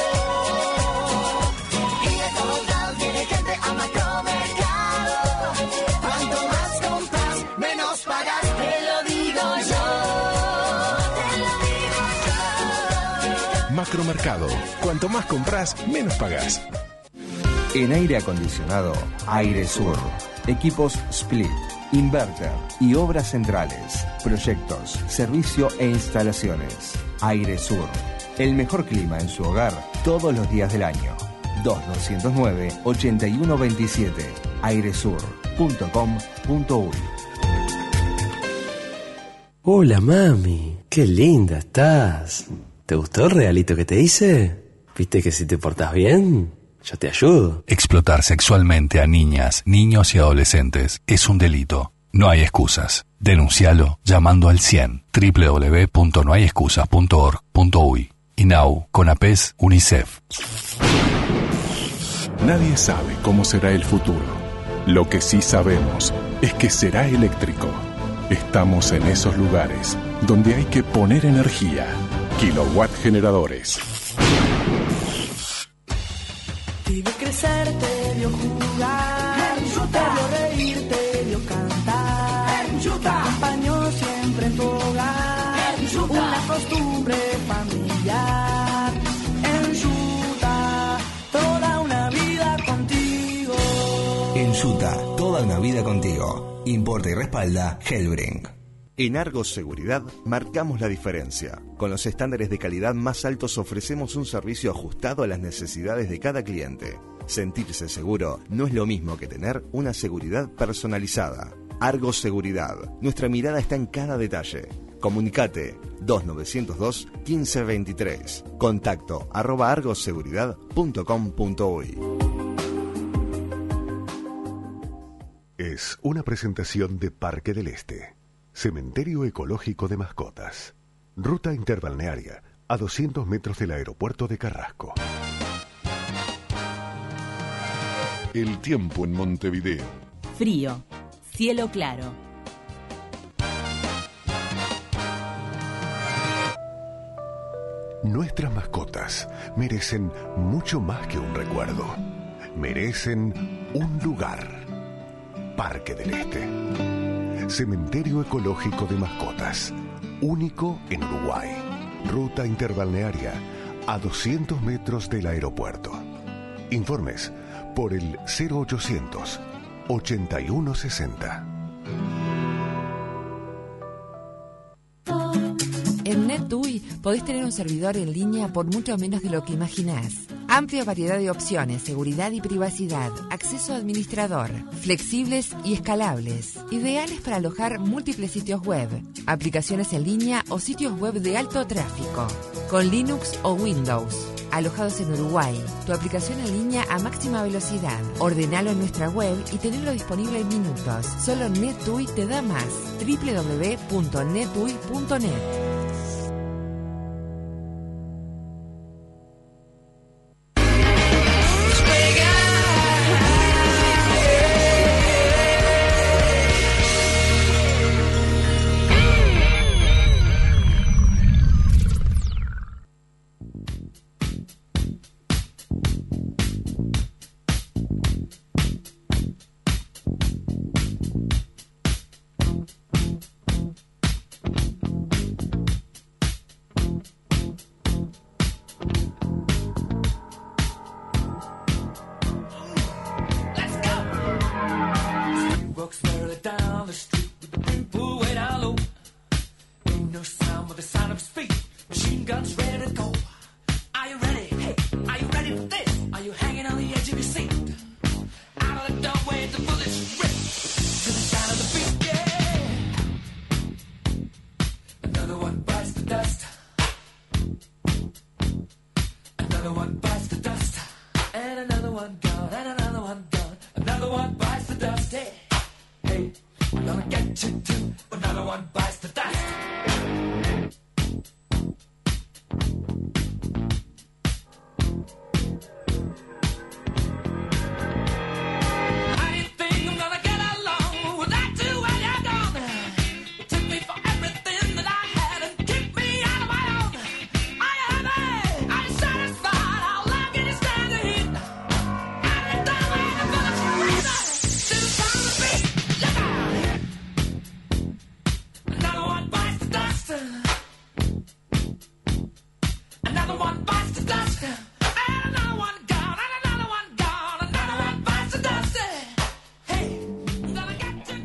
Y de todos lados viene gente a Macromercado. Cuanto más compras, menos pagas, te lo digo yo. Te lo digo yo. Macromercado. Cuanto más compras, menos pagás. En aire acondicionado, Aire Sur. Equipos split, inverter y obras centrales. Proyectos, servicio e instalaciones. Aire Sur. El mejor clima en su hogar todos los días del año. dos doscientos nueve, ochenta y uno veintisiete. airesur punto com punto uy. Hola mami, qué linda estás. ¿Te gustó el regalito que te hice? ¿Viste que si te portás bien, yo te ayudo? Explotar sexualmente a niñas, niños y adolescentes es un delito. No hay excusas. Denuncialo llamando al cien, doble u doble u doble u punto no hay excusas punto org punto uy. INAU, CONAPES, UNICEF. Nadie sabe cómo será el futuro. Lo que sí sabemos es que será eléctrico. Estamos en esos lugares donde hay que poner energía. Kilowatt Generadores. Te vio crecer, te vio jugar, te vio reír, te vio cantar, te acompañó siempre en tu hogar, una costumbre familiar. Enjuta, toda una vida contigo. Enjuta, toda una vida contigo. Importa y respalda Hellbrink. En Argos Seguridad marcamos la diferencia. Con los estándares de calidad más altos ofrecemos un servicio ajustado a las necesidades de cada cliente. Sentirse seguro no es lo mismo que tener una seguridad personalizada. Argos Seguridad. Nuestra mirada está en cada detalle. Comunicate dos novecientos dos, quince veintitrés. Contacto arroba argoseguridad punto com punto uy. Es una presentación de Parque del Este. Cementerio Ecológico de Mascotas. Ruta interbalnearia a doscientos metros del aeropuerto de Carrasco. El tiempo en Montevideo. Frío, cielo claro. Nuestras mascotas merecen mucho más que un recuerdo. Merecen un lugar. Parque del Este. Cementerio Ecológico de Mascotas, único en Uruguay. Ruta interbalnearia a doscientos metros del aeropuerto. Informes por el cero ochocientos, ochenta y uno sesenta. En NetUI podés tener un servidor en línea por mucho menos de lo que imaginás. Amplia variedad de opciones, seguridad y privacidad, acceso a administrador, flexibles y escalables, ideales para alojar múltiples sitios web, aplicaciones en línea o sitios web de alto tráfico, con Linux o Windows. Alojados en Uruguay, tu aplicación en línea a máxima velocidad. Ordenalo en nuestra web y tenelo disponible en minutos. Solo NetUI te da más. doble u doble u doble u punto netui punto net.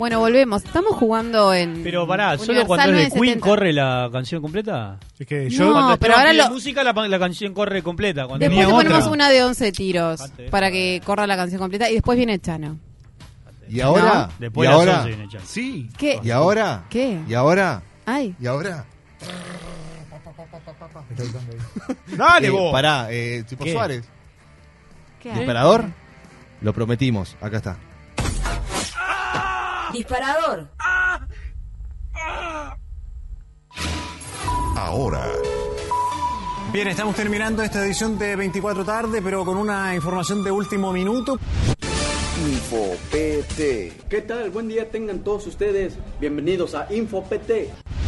Bueno, volvemos. Estamos jugando en. Pero pará, ¿solo Universal cuando es de nueve Queen setenta. corre la canción completa? Es que yo- No, Cuando pero Esteban ahora pide lo- música, la, la canción corre completa. Cuando Después tenía le ponemos otra. una de once tiros para que corra la canción completa y después viene Chano. ¿Y ahora? No. Después ¿Y de las ahora? once viene Chano. Sí. ¿Qué? ¿Y ahora? ¿Qué? ¿Y ahora? Ay. ¿Y ahora? Dale, Eh, vos. Pará, eh, tipo ¿Qué? Suárez. ¿Qué hay? ¿Disparador? Lo prometimos, acá está. Disparador. Ahora, Bien, estamos terminando esta edición de veinticuatro tarde, pero con una información de último minuto. Info P T. ¿Qué tal? Buen día tengan todos ustedes. Bienvenidos a Info P T.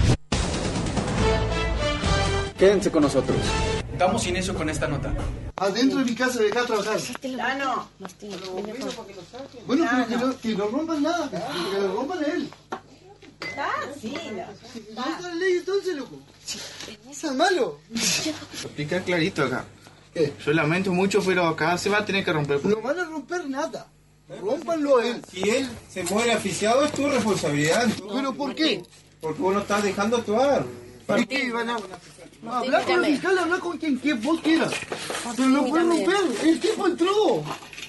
Quédense con nosotros. Damos inicio con esta nota. Adentro de mi casa, deja de trabajar. Ah, no. Bueno, pero que no, que no rompan nada, que, que lo rompan a él. Ah, sí. No está la ley entonces, loco. No es malo. Explicar clarito acá. Yo lamento mucho, pero acá se va a tener que romper. No van a romper nada. Rómpanlo a él. Si él se muere asfixiado, es tu responsabilidad. ¿Pero por qué? Porque vos no estás dejando actuar. ¿Para qué van a...? Hablar con el fiscal, hablar con quien, quien vos quieras. Pero lo pueden romper. El tipo entró.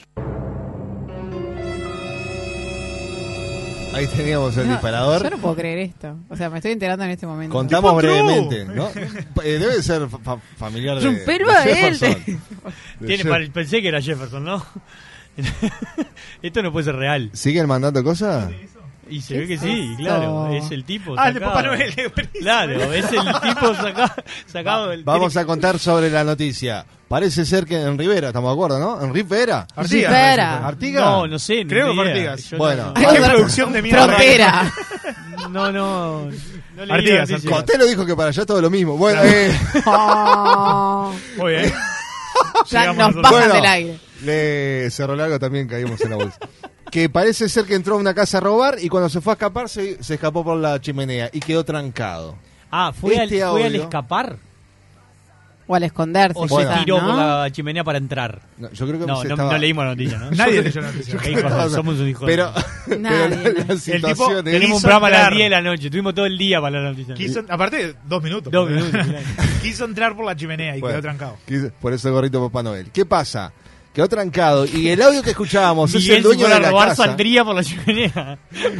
Ahí teníamos el No, disparador. Yo no puedo creer esto. O sea, me estoy enterando en este momento. Contamos brevemente, ¿no? Eh, debe ser fa- familiar de, Rompelo de a él. Jefferson. De Tiene, Jeff- pare- pensé que era Jefferson, ¿no? Esto no puede ser real. ¿Siguen mandando cosas? Y se ve que sí, claro. Es el tipo Ah, de sacado. Papá Noel. es buenísimo. Claro, es el tipo saca- sacado del. Vamos a contar sobre la noticia. Parece ser que en Rivera, estamos de acuerdo, ¿no? En Rivera. Artigas. Rivera. ¿Artiga? No, no sé. Creo ni que idea. Artigas. Yo Bueno. no- ¿Qué producción de mierda? Frontera. No, no. no leí Artigas, la noticia. Costello dijo que para allá es todo lo mismo. Bueno, eh, Oh, Muy bien. ya Llegamos nos nosotros. bajan Bueno. del aire. le cerró largo también caímos en la bolsa. Que parece ser que entró a una casa a robar y cuando se fue a escapar se, se escapó por la chimenea y quedó trancado. Ah, fue, Este al, fue al audio- escapar. O al esconderse. O Bueno. se quizás, tiró ¿no? por la chimenea para entrar. No, yo creo que No, se no, estaba- no leímos la noticia, ¿no? Nadie leyó la noticia. Qué hijos de- somos un hijo de- Pero, pero Nadie, la, nadie. la El situación tipo es- Tenemos un Quiso programa a las entrar. diez de la noche. Tuvimos todo el día para la noticia. Quiso, aparte, dos minutos. Dos minutos, claro. Quiso entrar por la chimenea y Bueno, quedó trancado. quise- por eso el gorrito Papá Noel. ¿Qué pasa? Quedó trancado y el audio que escuchábamos es Miguel el se dueño fuera de a la robar casa. saldría por la chimenea.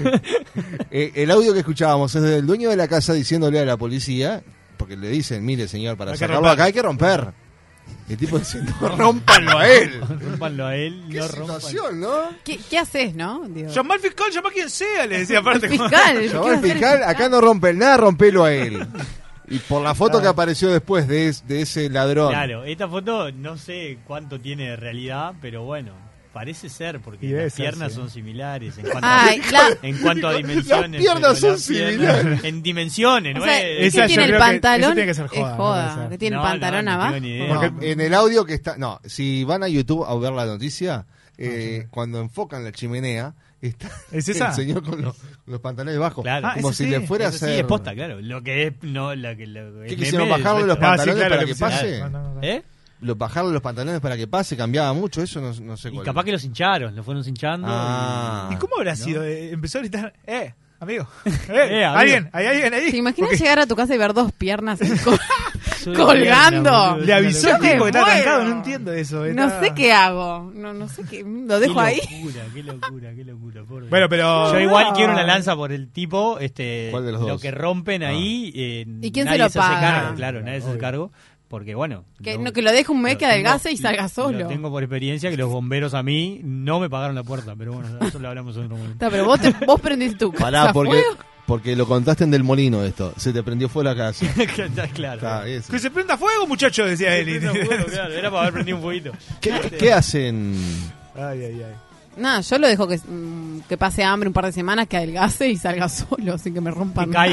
Eh, el audio que escuchábamos es del dueño de la casa diciéndole a la policía, porque le dicen, mire señor, para Hay que sacarlo romper. acá hay que romper. El tipo diciendo, rómpanlo a él. Rómpanlo a él, Qué no rompan. situación, ¿no? ¿Qué, qué haces, no? Digo, Llama al fiscal, llama a quien sea, le decía aparte. el fiscal. ¿qué Llamó va a al hacer el fiscal, acá no rompen nada, rompelo a él. Y por la foto que apareció después de, es- de ese ladrón. Claro, esta foto no sé cuánto tiene de realidad, pero bueno, parece ser, porque Y debe las ser, piernas sí. son similares en cuanto, Ay, a, claro. en cuanto a Las dimensiones. piernas pero son las piernas- similares. En dimensiones, O ¿no sea, es? ¿qué Esa yo tiene el creo que- pantalón? eso tiene que ser joda, Es no joda. puede ser. ¿Que tiene No, el pantalón no, no abajo? tengo ni idea. No, en el audio que está. No, si van a YouTube a ver la noticia, eh, cuando enfocan la chimenea, está ¿Es esa? el señor con los, los pantalones bajos. Claro. Como Ah, si ese le sí, fuera a Eso hacer. sí, es posta, claro. Lo que es, no, la que, lo, ¿Qué el quisieron meme es bajarle los esto. Ah, sí, pantalones claro, para lo que quisieron- pase? No, no, no. ¿Eh? Los bajarle los pantalones para que pase cambiaba mucho, eso no, no sé Y cuál. capaz que los hincharon, los fueron hinchando. Ah. ¿Y cómo habrá ¿No? sido? Eh, Empezó a gritar, eh, amigo. Eh, Eh, amigo. ¿Alguien? ¿Hay alguien ahí? ¿Te imaginas Porque llegar a tu casa y ver dos piernas así col- Solo colgando? piernas, boludo. Le avisó Yo el me tipo que está muero. trancado, no entiendo eso. No está- sé qué hago. No, no sé qué. Lo dejo Qué ahí. locura, qué locura, qué locura. por Dios. Bueno, pero... Yo igual quiero una lanza por el tipo, este, ¿Cuál de los lo dos? que rompen Ah. ahí. eh, ¿Y quién se nadie lo hace paga? cargo, claro, nadie se hace Obvio. cargo. Porque bueno. Que, lo- no, que lo deje un mes lo que tengo- adelgace y salga solo. Lo tengo por experiencia que los bomberos a mí no me pagaron la puerta, pero bueno, eso lo hablamos en otro momento. Está, pero vos, te, vos prendiste tu casa Pará, a porque, fuego. porque lo contaste en Del Molino esto. Se te prendió fuego la casa. Está claro. Está, eso. Que se prenda fuego, muchacho, decía él. Prenda fuego, claro, era para haber prendido un fueguito. ¿Qué, qué hacen? Ay, ay, ay. Nada, yo lo dejo que, mm, que pase hambre un par de semanas, que adelgace y salga solo, sin que me rompan Que caiga. nada.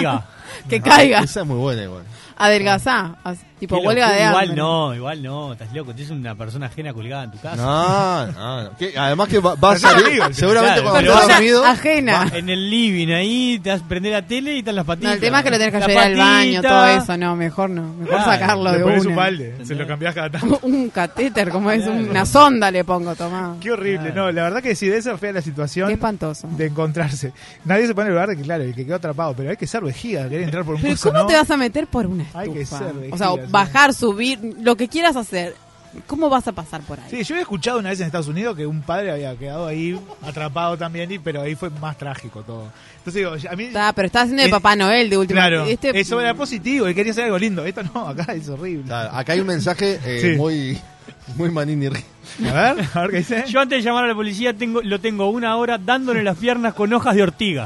que caiga. Esa es muy buena igual. Adelgazá, así, tipo Qué huelga locura, de hambre. Igual no, igual no, estás loco. Tienes una persona ajena colgada en tu casa. No, no, no. Que, además que va, va a salir, seguramente Claro, cuando pero estés va- dormido. Ajena. En el living ahí, te vas a prender la tele y están las patitas. No, el tema es que lo tenés que La llevar al baño, patita. todo eso. No, mejor no. Mejor Claro, sacarlo Le de pones una. un balde, se lo cambiás cada tanto. Un catéter, como es una sonda le pongo, tomá. Qué horrible, no, la verdad que sí, debe ser fea la situación. Qué espantoso. De encontrarse. Nadie se pone en el lugar de que, claro, el que quedó atrapado, pero hay que ser vejiga, querer entrar por un Pero coso, ¿cómo ¿no? te vas a meter por una estufa? Hay que ser vejiga, o sea, sí. bajar, subir, lo que quieras hacer. ¿Cómo vas a pasar por ahí? Sí, yo había escuchado una vez en Estados Unidos que un padre había quedado ahí atrapado también, y, pero ahí fue más trágico todo. Entonces digo, a mí... Está, pero estás haciendo de Eh, Papá Noel de última. Claro, Este- eso era positivo, él quería hacer algo lindo. Esto no, acá es horrible. Claro, acá hay un mensaje eh, Sí. muy, muy Manini. A ver, a ver qué dice. Yo antes de llamar a la policía tengo, lo tengo una hora dándole las piernas con hojas de ortiga.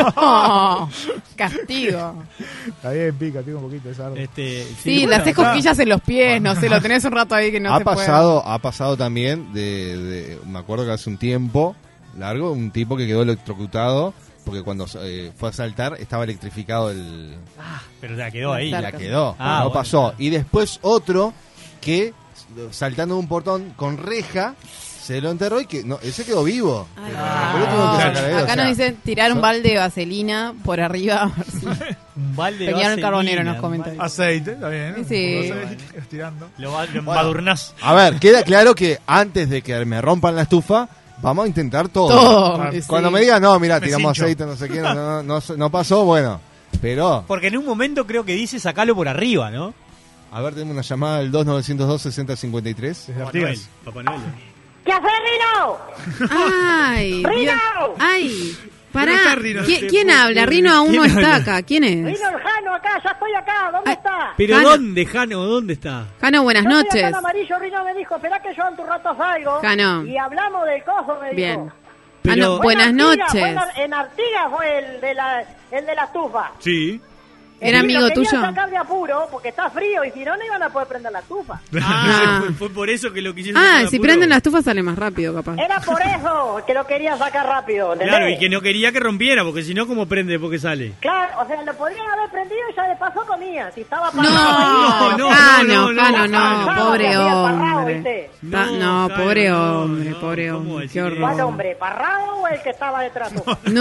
Oh, castigo. Está bien, pica, pica un poquito esa árbol. Este, Sí, le haces cosquillas en los pies, no sé, lo tenés un rato ahí que no ha se pasado, ha pasado también de, de- me acuerdo que hace un tiempo largo, un tipo que quedó electrocutado porque cuando eh, fue a saltar estaba electrificado el, Pero la quedó ahí. la quedó, Ah, no bueno. pasó. Y después otro que saltando de un portón con reja se lo enterró y que no, ese quedó vivo. Pero tuvieron que sacar a él, puede. o Acá sea, nos dicen tirar un son- balde de vaselina por arriba. A ver si- Un balde de Peñaron el vaselina, carbonero nos un comenta. balde- Aceite, está bien. Sí. Aceite, estirando. Lo, va- lo Bueno, embadurnás. A ver, queda claro que antes de que me rompan la estufa, vamos a intentar todo. Todo, Ah, sí. Cuando me digan, no, mira, Me tiramos cincho. aceite, no sé qué, no, no, no, no pasó, bueno. Pero, Porque en un momento creo que dice sacalo por arriba, ¿no? a ver, tenemos una llamada al dos nueve cero dos, seis cero cinco tres. Papá Noel. Papá Noel. ¿Qué haces, Rino? Ay, ¡Rino! Dios. Ay, pará. ¿Dónde está Rino? ¿Qui- Se ¿Quién fue. habla? Rino aún no ¿Quién está habla? acá. ¿Quién es? Rino el Jano acá, ya estoy acá, ¿dónde está? Pero Jano. ¿dónde, Jano? ¿Dónde está? Jano, buenas Yo estoy acá noches. en amarillo, Rino me dijo, esperá que yo en tu rato salgo. Jano. Y hablamos del coso, me Bien. dijo. Pero- Jano, Fue buenas en Artigas, noches. fue en Ar- En Artigas fue el de la, el de la estufa. Sí. ¿Era Y amigo lo querían tuyo? sacar de apuro porque está frío y si no, no iban a poder prender la estufa. Ah. fue, fue por eso que lo quisieron Ah, sacar de si apuro. prenden la estufa sale más rápido, capaz. Era por eso que lo querían sacar rápido, ¿entendés? Claro, y que no quería que rompiera, porque si no, ¿cómo prende después que sale? Claro, o sea, lo podrían haber prendido y ya de paso comía. Si estaba No, parado ahí, no, Jano, no, no, Jano, no, no, Parrado, pobre que hacía el parrado, hombre. ¿viste? Ta- No, pobre hombre, pobre hombre, qué ¿Cuál horror. hombre? ¿Parrado o el que estaba detrás?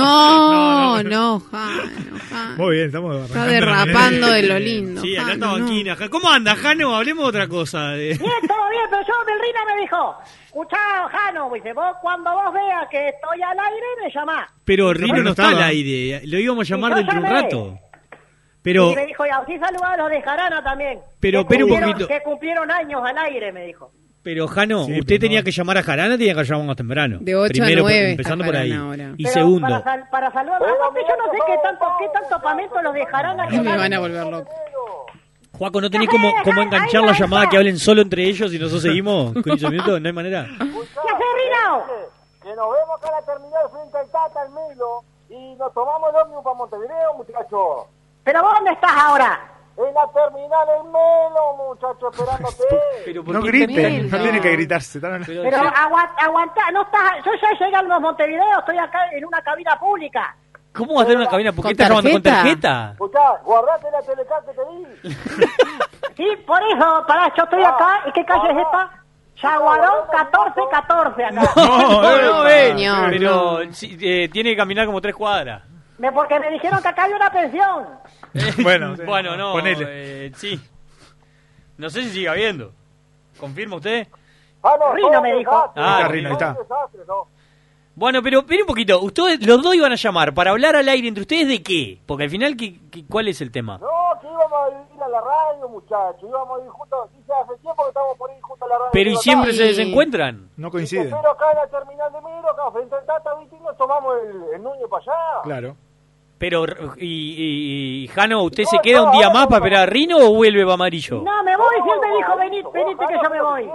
No, no, Jano, Jano. Muy bien, estamos Está arrancando la derrapando mañana. de lo lindo. Sí, acá Jano, está no. Banquina. ¿Cómo anda, Jano? Hablemos de otra cosa. de- Bien, todo bien, pero yo, el Rino me dijo, escuchá, Jano, dice, vos cuando vos veas que estoy al aire, me llamás. Pero Rino no no está al estaba. aire. Lo íbamos a llamar Y yo dentro de un llamé. rato. Pero, Y me dijo, y así saludá a los de Jarana también. Pero, que espera un cumplieron- poquito. Que cumplieron años al aire, me dijo. pero Jano, Sí, usted pero tenía no. que llamar a Jarana, tenía que llamar más temprano. De ocho a Primero, por- nueve empezando está por ahí. Jarana ahora. Y Pero segundo, Para, sal- para saludar, aparte yo no sé qué tanto, qué tanto pamento los de Jarana que Me dan. van a volver loco. Juaco, ¿no tenés cómo, cómo enganchar la llamada que hablen solo entre ellos y nosotros seguimos con diez minutos? ¿No hay manera? ¿Qué haces, Rino? Que nos vemos acá a la terminal frente al Tata, al Milo, y nos tomamos el ómnibus para Montevideo, muchachos. ¿Pero vos dónde estás ahora? En la terminal El Melo, muchachos, esperándote. Pero ¿por No qué griten, Milo. no tienen que gritarse. están- Pero- Pero aguanta, aguanta, no estás, yo ya llegué a los Montevideo, estoy acá en una cabina pública. ¿Cómo va a tener una cabina? ¿Por qué ¿Con estás llamando con tarjeta? tarjeta? Escuchá, guardate la telecar que te di. Sí, por eso, pará, yo estoy acá, ¿y qué calle es esta? Yaguarón catorce catorce acá. No, no, no, eh, Señor, pero sí, eh, tiene que caminar como tres cuadras. Me- Porque me dijeron que acá hay una pensión. Bueno, sí. Bueno, no, Ponele. eh, sí. No sé si sigue habiendo. ¿Confirma usted? Ah, no, Rino todo me un dijo. desastre, Ah, todo Rino, un ahí está. desastre, ¿no? Bueno, pero espere un poquito. Ustedes, los dos iban a llamar para hablar al aire entre ustedes de qué? Porque al final, ¿qué, qué- ¿cuál es el tema? No, que íbamos a ir a la radio, muchachos. Íbamos a ir juntos. Dice hace tiempo que estamos por ir juntos a la radio. Pero ¿y Acá. siempre se Sí. desencuentran? No Y te coinciden. espero acá en la terminal de Milo, acá frente al Tata, ¿viste? Y nos tomamos el, el Nuño para allá. Claro. Pero, y, y, y, Jano, ¿usted se No, queda no, un día ahora más no, para no. esperar a Rino o vuelve para Amarillo? No, me voy, si él me dijo, venite, venite que yo me voy.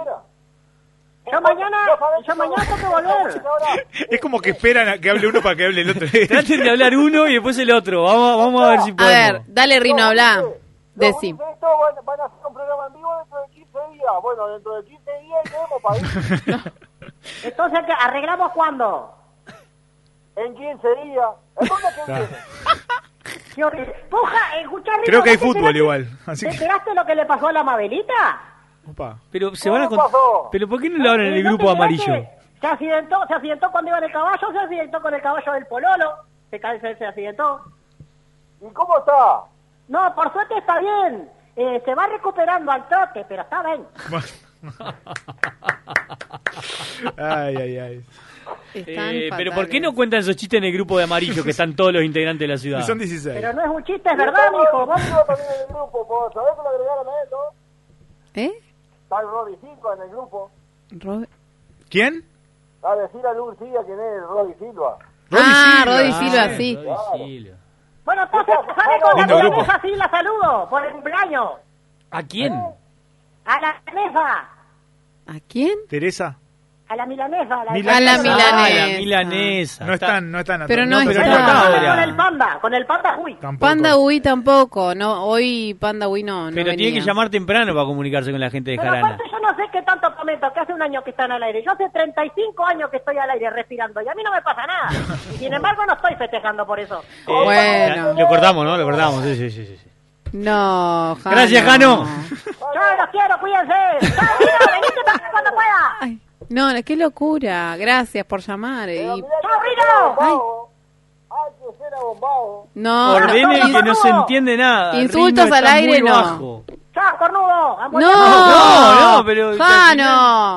Yo mañana, yo mañana tengo que volver. Es como que esperan a que hable uno para que hable el otro. Traten de hablar uno y después el otro. Vamos, vamos a ver si A podemos. ver, dale Rino, habla. Decí. Esto van, van a hacer un programa en vivo dentro de quince días. Bueno, dentro de quince días tenemos para ir. Entonces, ¿qué? ¿Arreglamos cuándo? En quince días. ¿En dónde que Claro. viene? Qué horrible. Puja, escuchá, Rino, Creo que hay ¿vos te fútbol enteraste- igual. Así ¿Te que... enteraste lo que le pasó a la Mabelita? Opa. Pero se van a cont- Pero ¿por qué no lo hablan en el ¿No te grupo amarillo? enteraste? Se accidentó, se accidentó cuando iba en el caballo, se accidentó con el caballo del Pololo. Se, ca- se, se accidentó. ¿Y cómo está? No, por suerte está bien. Eh, se va recuperando al trote, pero está bien. Ay, ay, ay. Eh, pero ¿por qué no cuentan esos chistes en el grupo de amarillo que están todos los integrantes de la ciudad? Son dieciséis. Pero no es un chiste, es verdad, mijo. Vos... también en el grupo, po. ¿Sabés que lo agregaron a él, no? ¿Eh? Está el Rodi Silva en el grupo. Rob- ¿Quién? A decir a Luz Silva quién es Rodi Silva. Ah, Rodi Silva, Ah, sí. Rodi Silva. Bueno, entonces, ¿sabe cómo Lindo la grupo. mesa sí la saludo? Por el cumpleaños. ¿A quién? A la milanesa. ¿A quién? ¿Teresa? A la milanesa. A la, Milanesa. A la Ah, milanesa. la milanesa. No están, no están. Pero no pero está. no está Con ahora. el panda, con el panda, uy. Tampoco. Panda Uy tampoco. No, hoy Panda Uy no, no Pero venía. tiene que llamar temprano para comunicarse con la gente de Pero Jarana. aparte yo no sé qué tanto comento, que hace un año que están al aire. Yo hace treinta y cinco años que estoy al aire respirando y a mí no me pasa nada. Y sin embargo no estoy festejando por eso. Eh, Bueno. Lo cortamos, ¿no? Lo cortamos, sí, sí, sí. sí. No, Jano. Gracias, Jano. Yo los quiero, cuídense. Chao, Rino, venite para acá cuando pueda. Ay, no, qué locura. Gracias por llamar. Y... Chao, Rino. Ay, Hay que ser abombado. no, Ordenen no, que no se entiende nada. Insultos Rino al está aire, muy no. bajo. Chao, cornudo. no, No, no, pero- Jano.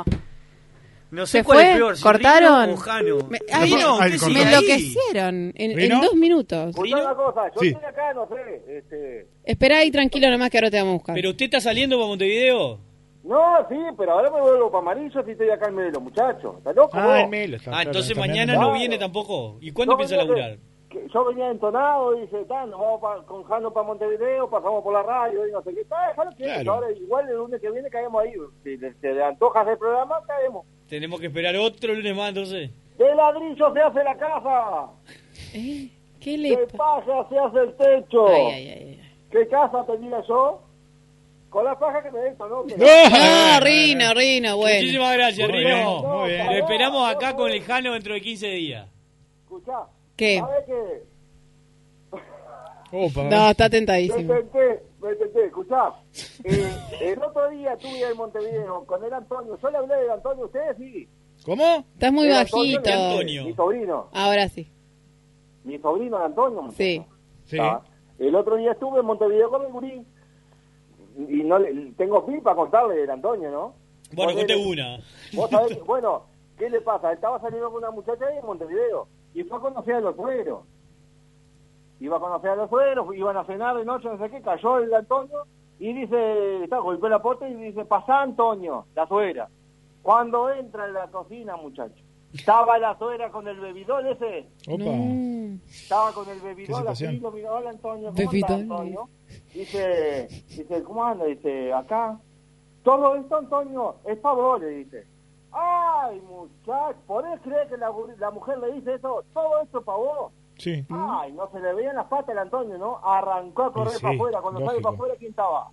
No sé ¿Se cuál fue? es peor. si ¿Cortaron? Rino o Jano. Me, ay, Rino, Ay, usted cortó. sigue me ahí. enloquecieron en, en ¿Rino? dos minutos. Escuchá una cosa, yo Sí. estoy acá, no sé, este... Espera ahí tranquilo nomás que ahora te vamos a buscar. ¿Pero usted está saliendo para Montevideo? No, sí, pero ahora me vuelvo para amarillo si estoy acá en medio de los muchachos. ¿Estás loco, Ah, vos? el Melo está. Ah, claro, entonces está mañana cambiando. no viene tampoco. ¿Y cuándo Yo piensa venía laburar? de- que yo venía entonado, dice, "Tan, nos vamos pa- con Jano para Montevideo, pasamos por la radio y no sé qué. Ah, déjalo quieto, Claro. ahora igual el lunes que viene caemos ahí. Si te, te antojas del programa, caemos. Tenemos que esperar otro lunes más, entonces. De ladrillo se hace la casa. ¿Eh? ¿Qué le De paja se hace el techo. Ay, ay, ay. ¿Qué casa tenía yo? Con la paja que me esto, ¿no? Que- No, Rino, Rino, bueno. Muchísimas gracias, Muy Rino. bien, muy bien. Lo esperamos acá con el Jano dentro de quince días. Escuchá. ¿Qué? ¿Sabes qué? Opa. No, está Me tentadísimo. tenté, me tenté, escuchá. Eh, el otro día estuve en Montevideo con el Antonio. Yo le hablé del Antonio, ustedes sí. ¿Cómo? Estás muy El Antonio, bajito. mi- Antonio. Mi sobrino. Ahora sí. Mi sobrino, el Antonio. Sí. Sí. Ah, el otro día estuve en Montevideo con el gurí. Y no le, tengo pil para contarle del Antonio, ¿no? Bueno, Ponele- conté una. Vos sabés, que- bueno, ¿qué le pasa? Estaba saliendo con una muchacha ahí en Montevideo y fue a conocer a los suegros. Iba a conocer a los suegros, iban a cenar de noche, no sé qué, cayó el Antonio y dice, está, golpeó la puerta y dice, pasá Antonio, la suegra. Cuando entra en la cocina, muchacho, estaba la suegra con el bebidol ese, Opa. No. estaba con el bebidol ¿Qué así, situación? lo miró, hola Antonio, ¿cómo Bebidol. anda Antonio? Dice, dice, ¿cómo anda? Dice, acá. Todo esto, Antonio, es para vos, le dice. Ay, muchacho, ¿podés creer que la, la mujer le dice eso? Todo esto es para vos. Sí. Ay, no se le veían las patas al Antonio, ¿no? Arrancó a correr Y sí, para afuera. Cuando sale lógico. para afuera, ¿quién estaba?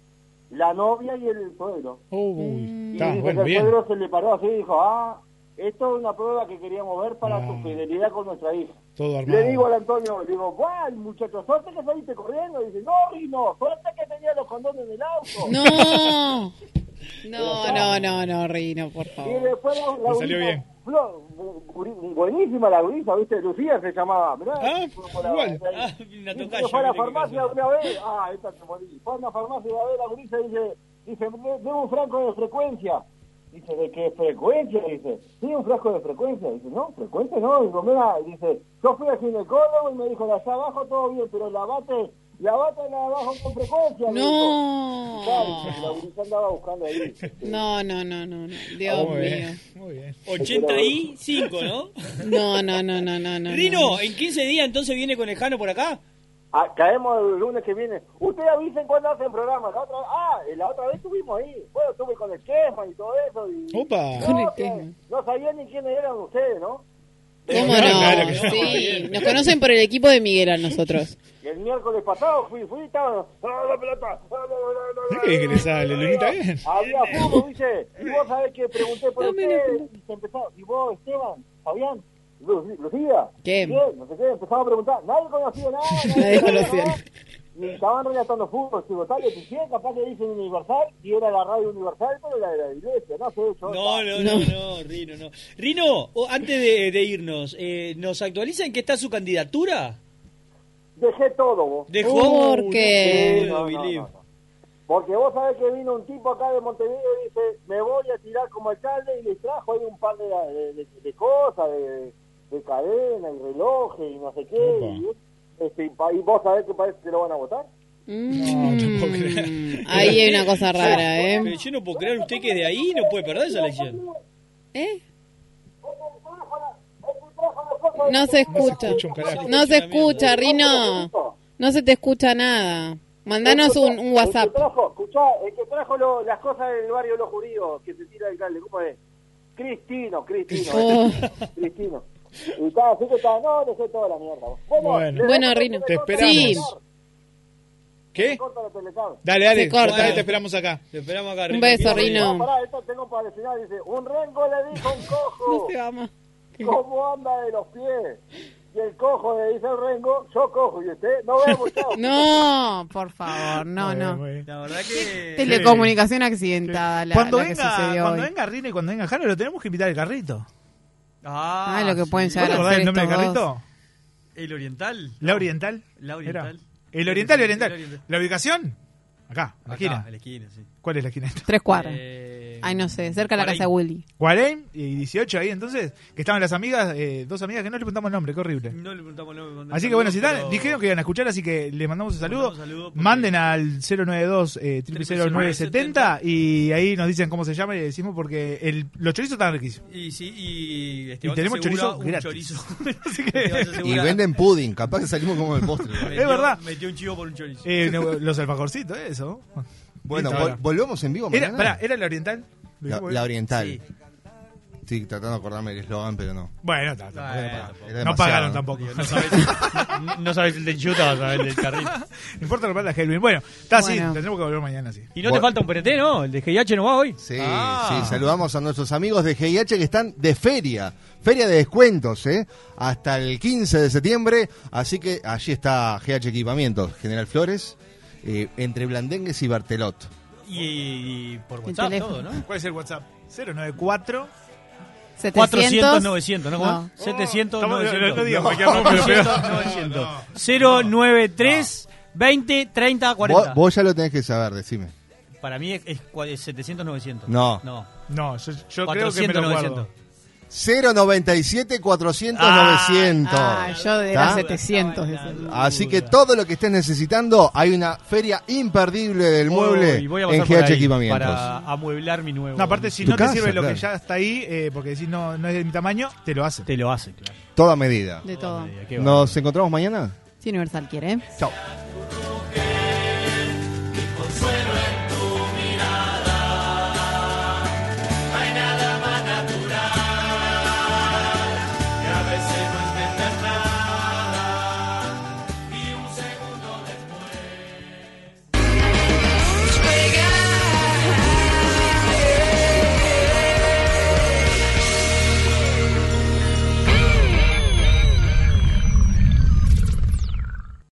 La novia y el suegro. Uy, Y está, dice bueno, que el bien. suegro se le paró así y dijo, ah, esto es una prueba que queríamos ver para Ah. tu fidelidad con nuestra hija. Todo armado. Le digo al Antonio, le digo, guay, muchacho, suerte que saliste corriendo. Y dice, no, Rino, suerte que tenía los condones en el auto. No. No, no, no, no, Rino, por Y favor. después la, la Le salió gurisa, bien. Flo, bu- bu- buenísima la gurisa, ¿viste? Lucía se llamaba. Mirá, Ah, fue por la- igual. por ahí. Ah, una Dice tocaya, que fue a la mire qué farmacia casual. una vez. Ah, esta te morí. Fue a la farmacia y va a ver la gurisa y dice, dice, deme un franco de frecuencia. Dice, ¿de qué frecuencia? Dice, sí, un frasco de frecuencia. Dice, no, frecuencia no. Digo, mira, dice, yo fui al ginecólogo y me dijo, de allá abajo todo bien, pero lavate, lavate la de abajo con frecuencia. me No. dijo. Claro, la gurisa andaba buscando ahí. No, no, no, no, no. Dios Muy mío. bien, muy bien. ochenta y cinco, ¿no? No, no, no, no, no, no. Rino, ¿en quince días entonces viene con el Jano por acá? Ah, caemos el lunes que viene. Ustedes avisen cuando hacen programa. La otra, ah, la otra vez estuvimos ahí. Bueno, estuve con el Chefman y todo eso. Y, Opa. No, Con el que Chefman. no sabían ni quiénes eran ustedes, ¿no? ¿Cómo Claro, no? claro que no. Sí, nos conocen por el equipo de Miguel a nosotros. Y el miércoles pasado fui, fui y estaba... ¡Ah, la pelota! ¡Ah, la, la, la, la, ¿Qué es que le sale? ¿Lunita bien? Había fútbol, dice. Y vos sabés que pregunté por usted y se empezó. Y vos, Esteban, Fabián, Lu- Lucía. ¿Qué? No sé qué, empezaba a preguntar. Nadie conocía nada. Nadie conocía nada. Y estaban relatando fútbol, digo, tal, de Pichén, capaz que dicen Universal, y era la radio Universal, pero era de la iglesia, no sé, yo... No, no, no, no, Rino, no. Rino, o- antes de, de irnos, eh, ¿nos actualiza en qué está su candidatura? Dejé todo, vos. ¿Dejó? ¿Por qué? Sí, no, no, no, no. Porque vos sabés que vino un tipo acá de Montevideo y dice, me voy a tirar como alcalde, y les trajo ahí un par de, de, de, de cosas, de, de cadena y relojes y no sé qué, y, este, y pa- y vos sabés que parece que lo van a votar. Mm, ahí hay una cosa rara, ¿eh? Pero yo no puedo creer usted que de ahí no puede perder esa elección. ¿Eh? No se escucha. No se escucha, Rino. No se te escucha nada. Mandanos un, un WhatsApp. El que trajo, escuchá, el que trajo lo- las cosas del barrio de los judíos, que se tira el alcalde, ¿cómo es? Cristino, Cristino. Oh. Cristino. Y estaba así que estaba, no, dejé toda la mierda. Bueno, Bueno. le- Bueno, le- Rino. le- Te le- esperamos. Sí. ¿Qué? corta la Telecable. Dale, dale. Se corta. Dale, te esperamos acá. Te esperamos acá, Un Rino. beso, ¿Quién va a Rino. No, pará, esto tengo para el final, dice, un rengo le dijo a un cojo, No se va más. ¿cómo anda de los pies? Y el cojo le dice al rengo, yo cojo, y usted, no vemos, chao. No, por favor, no, no. La verdad que... Telecomunicación accidentada la, Cuando la que venga, sucedió cuando hoy. venga Rino y cuando venga Jano, lo tenemos que invitar al carrito. Ah, Ah, lo que pueden sí. llegar ¿Vos te a acordás hacer el nombre del estos carrito? dos. ¿El oriental? ¿La oriental? La oriental. Era. ¿El oriental, el oriental? El oriental. ¿La ubicación? Acá, en la Acá, esquina. en la esquina, sí. ¿Cuál es la esquina esta? Tres cuadras. Eh, Ay, no sé, cerca de la Guaraín. casa de Willy. Guaraín y dieciocho ahí entonces, que estaban las amigas, eh, dos amigas que no le preguntamos el nombre, qué horrible. No le preguntamos el nombre. Así que bueno, si están, pero- dijeron que iban a escuchar, así que le mandamos un saludo. mandamos un saludo porque- Manden al cero nueve dos, eh, cero cero nueve setenta y ahí nos dicen cómo se llama y le decimos porque el, los chorizos están riquísimos. Y sí, y... Y tenemos chorizo un gratis. chorizo. Así Esteban se Y asegura- venden pudding, capaz que salimos como el postre. metió- Es verdad. Metió un chivo por un chorizo. Eh, no, los alfajorcitos, eso. Bueno, Listo, vol- ahora. volvemos en vivo Era, mañana. pará, ¿era la oriental? La, ¿Lo dijimos la bien? oriental. Sí. Sí, tratando de acordarme el eslogan, pero no. Bueno, ta, ta, Ah, ta, eh, ta. tampoco. Era No demasiado, pagaron ¿no? tampoco. No sabes, no, no sabes el del Yuta, vas a saber el del carril. No importa lo que pasa, Helvin. Bueno, está así, Bueno. tendremos que volver mañana, sí. Y no te Bueno. falta un P R T, ¿no? El de G I H no va hoy. Sí, Ah. sí, saludamos a nuestros amigos de G I H que están de feria, feria de descuentos, ¿eh? Hasta el quince de septiembre, así que allí está G H Equipamientos, General Flores, eh, entre Blandengues y Bartelot. Y, y por El WhatsApp teléfono. todo, ¿no? ¿Cuál es el WhatsApp? cero nueve cuatro cuatrocientos novecientos, ¿no? ¿Cómo? No. setecientos Estamos- novecientos. no digas cualquier número, pero- novecientos. cero nueve tres veinte treinta Vos, cuarenta. vos ya lo tenés que saber, decime. Para mí es, es cua- es setecientos novecientos. No. No. No, yo, yo creo que me cuatrocientos lo novecientos. guardo. cero noventa y siete cuatrocientos Ah, novecientos. Ah, yo era ¿Tá? setecientos. decía. Así que todo lo que estés necesitando, hay una feria imperdible del mueble Y voy a en pasar G por H ahí Equipamientos. para amueblar mi nuevo. No, aparte, si Tu no te casa, sirve lo claro. que ya está ahí, eh, porque decís no, no es de mi tamaño, te lo hace. Te lo hace, claro. Toda medida. De todo. Qué ¿Nos encontramos mañana? Si Universal quiere. Chao.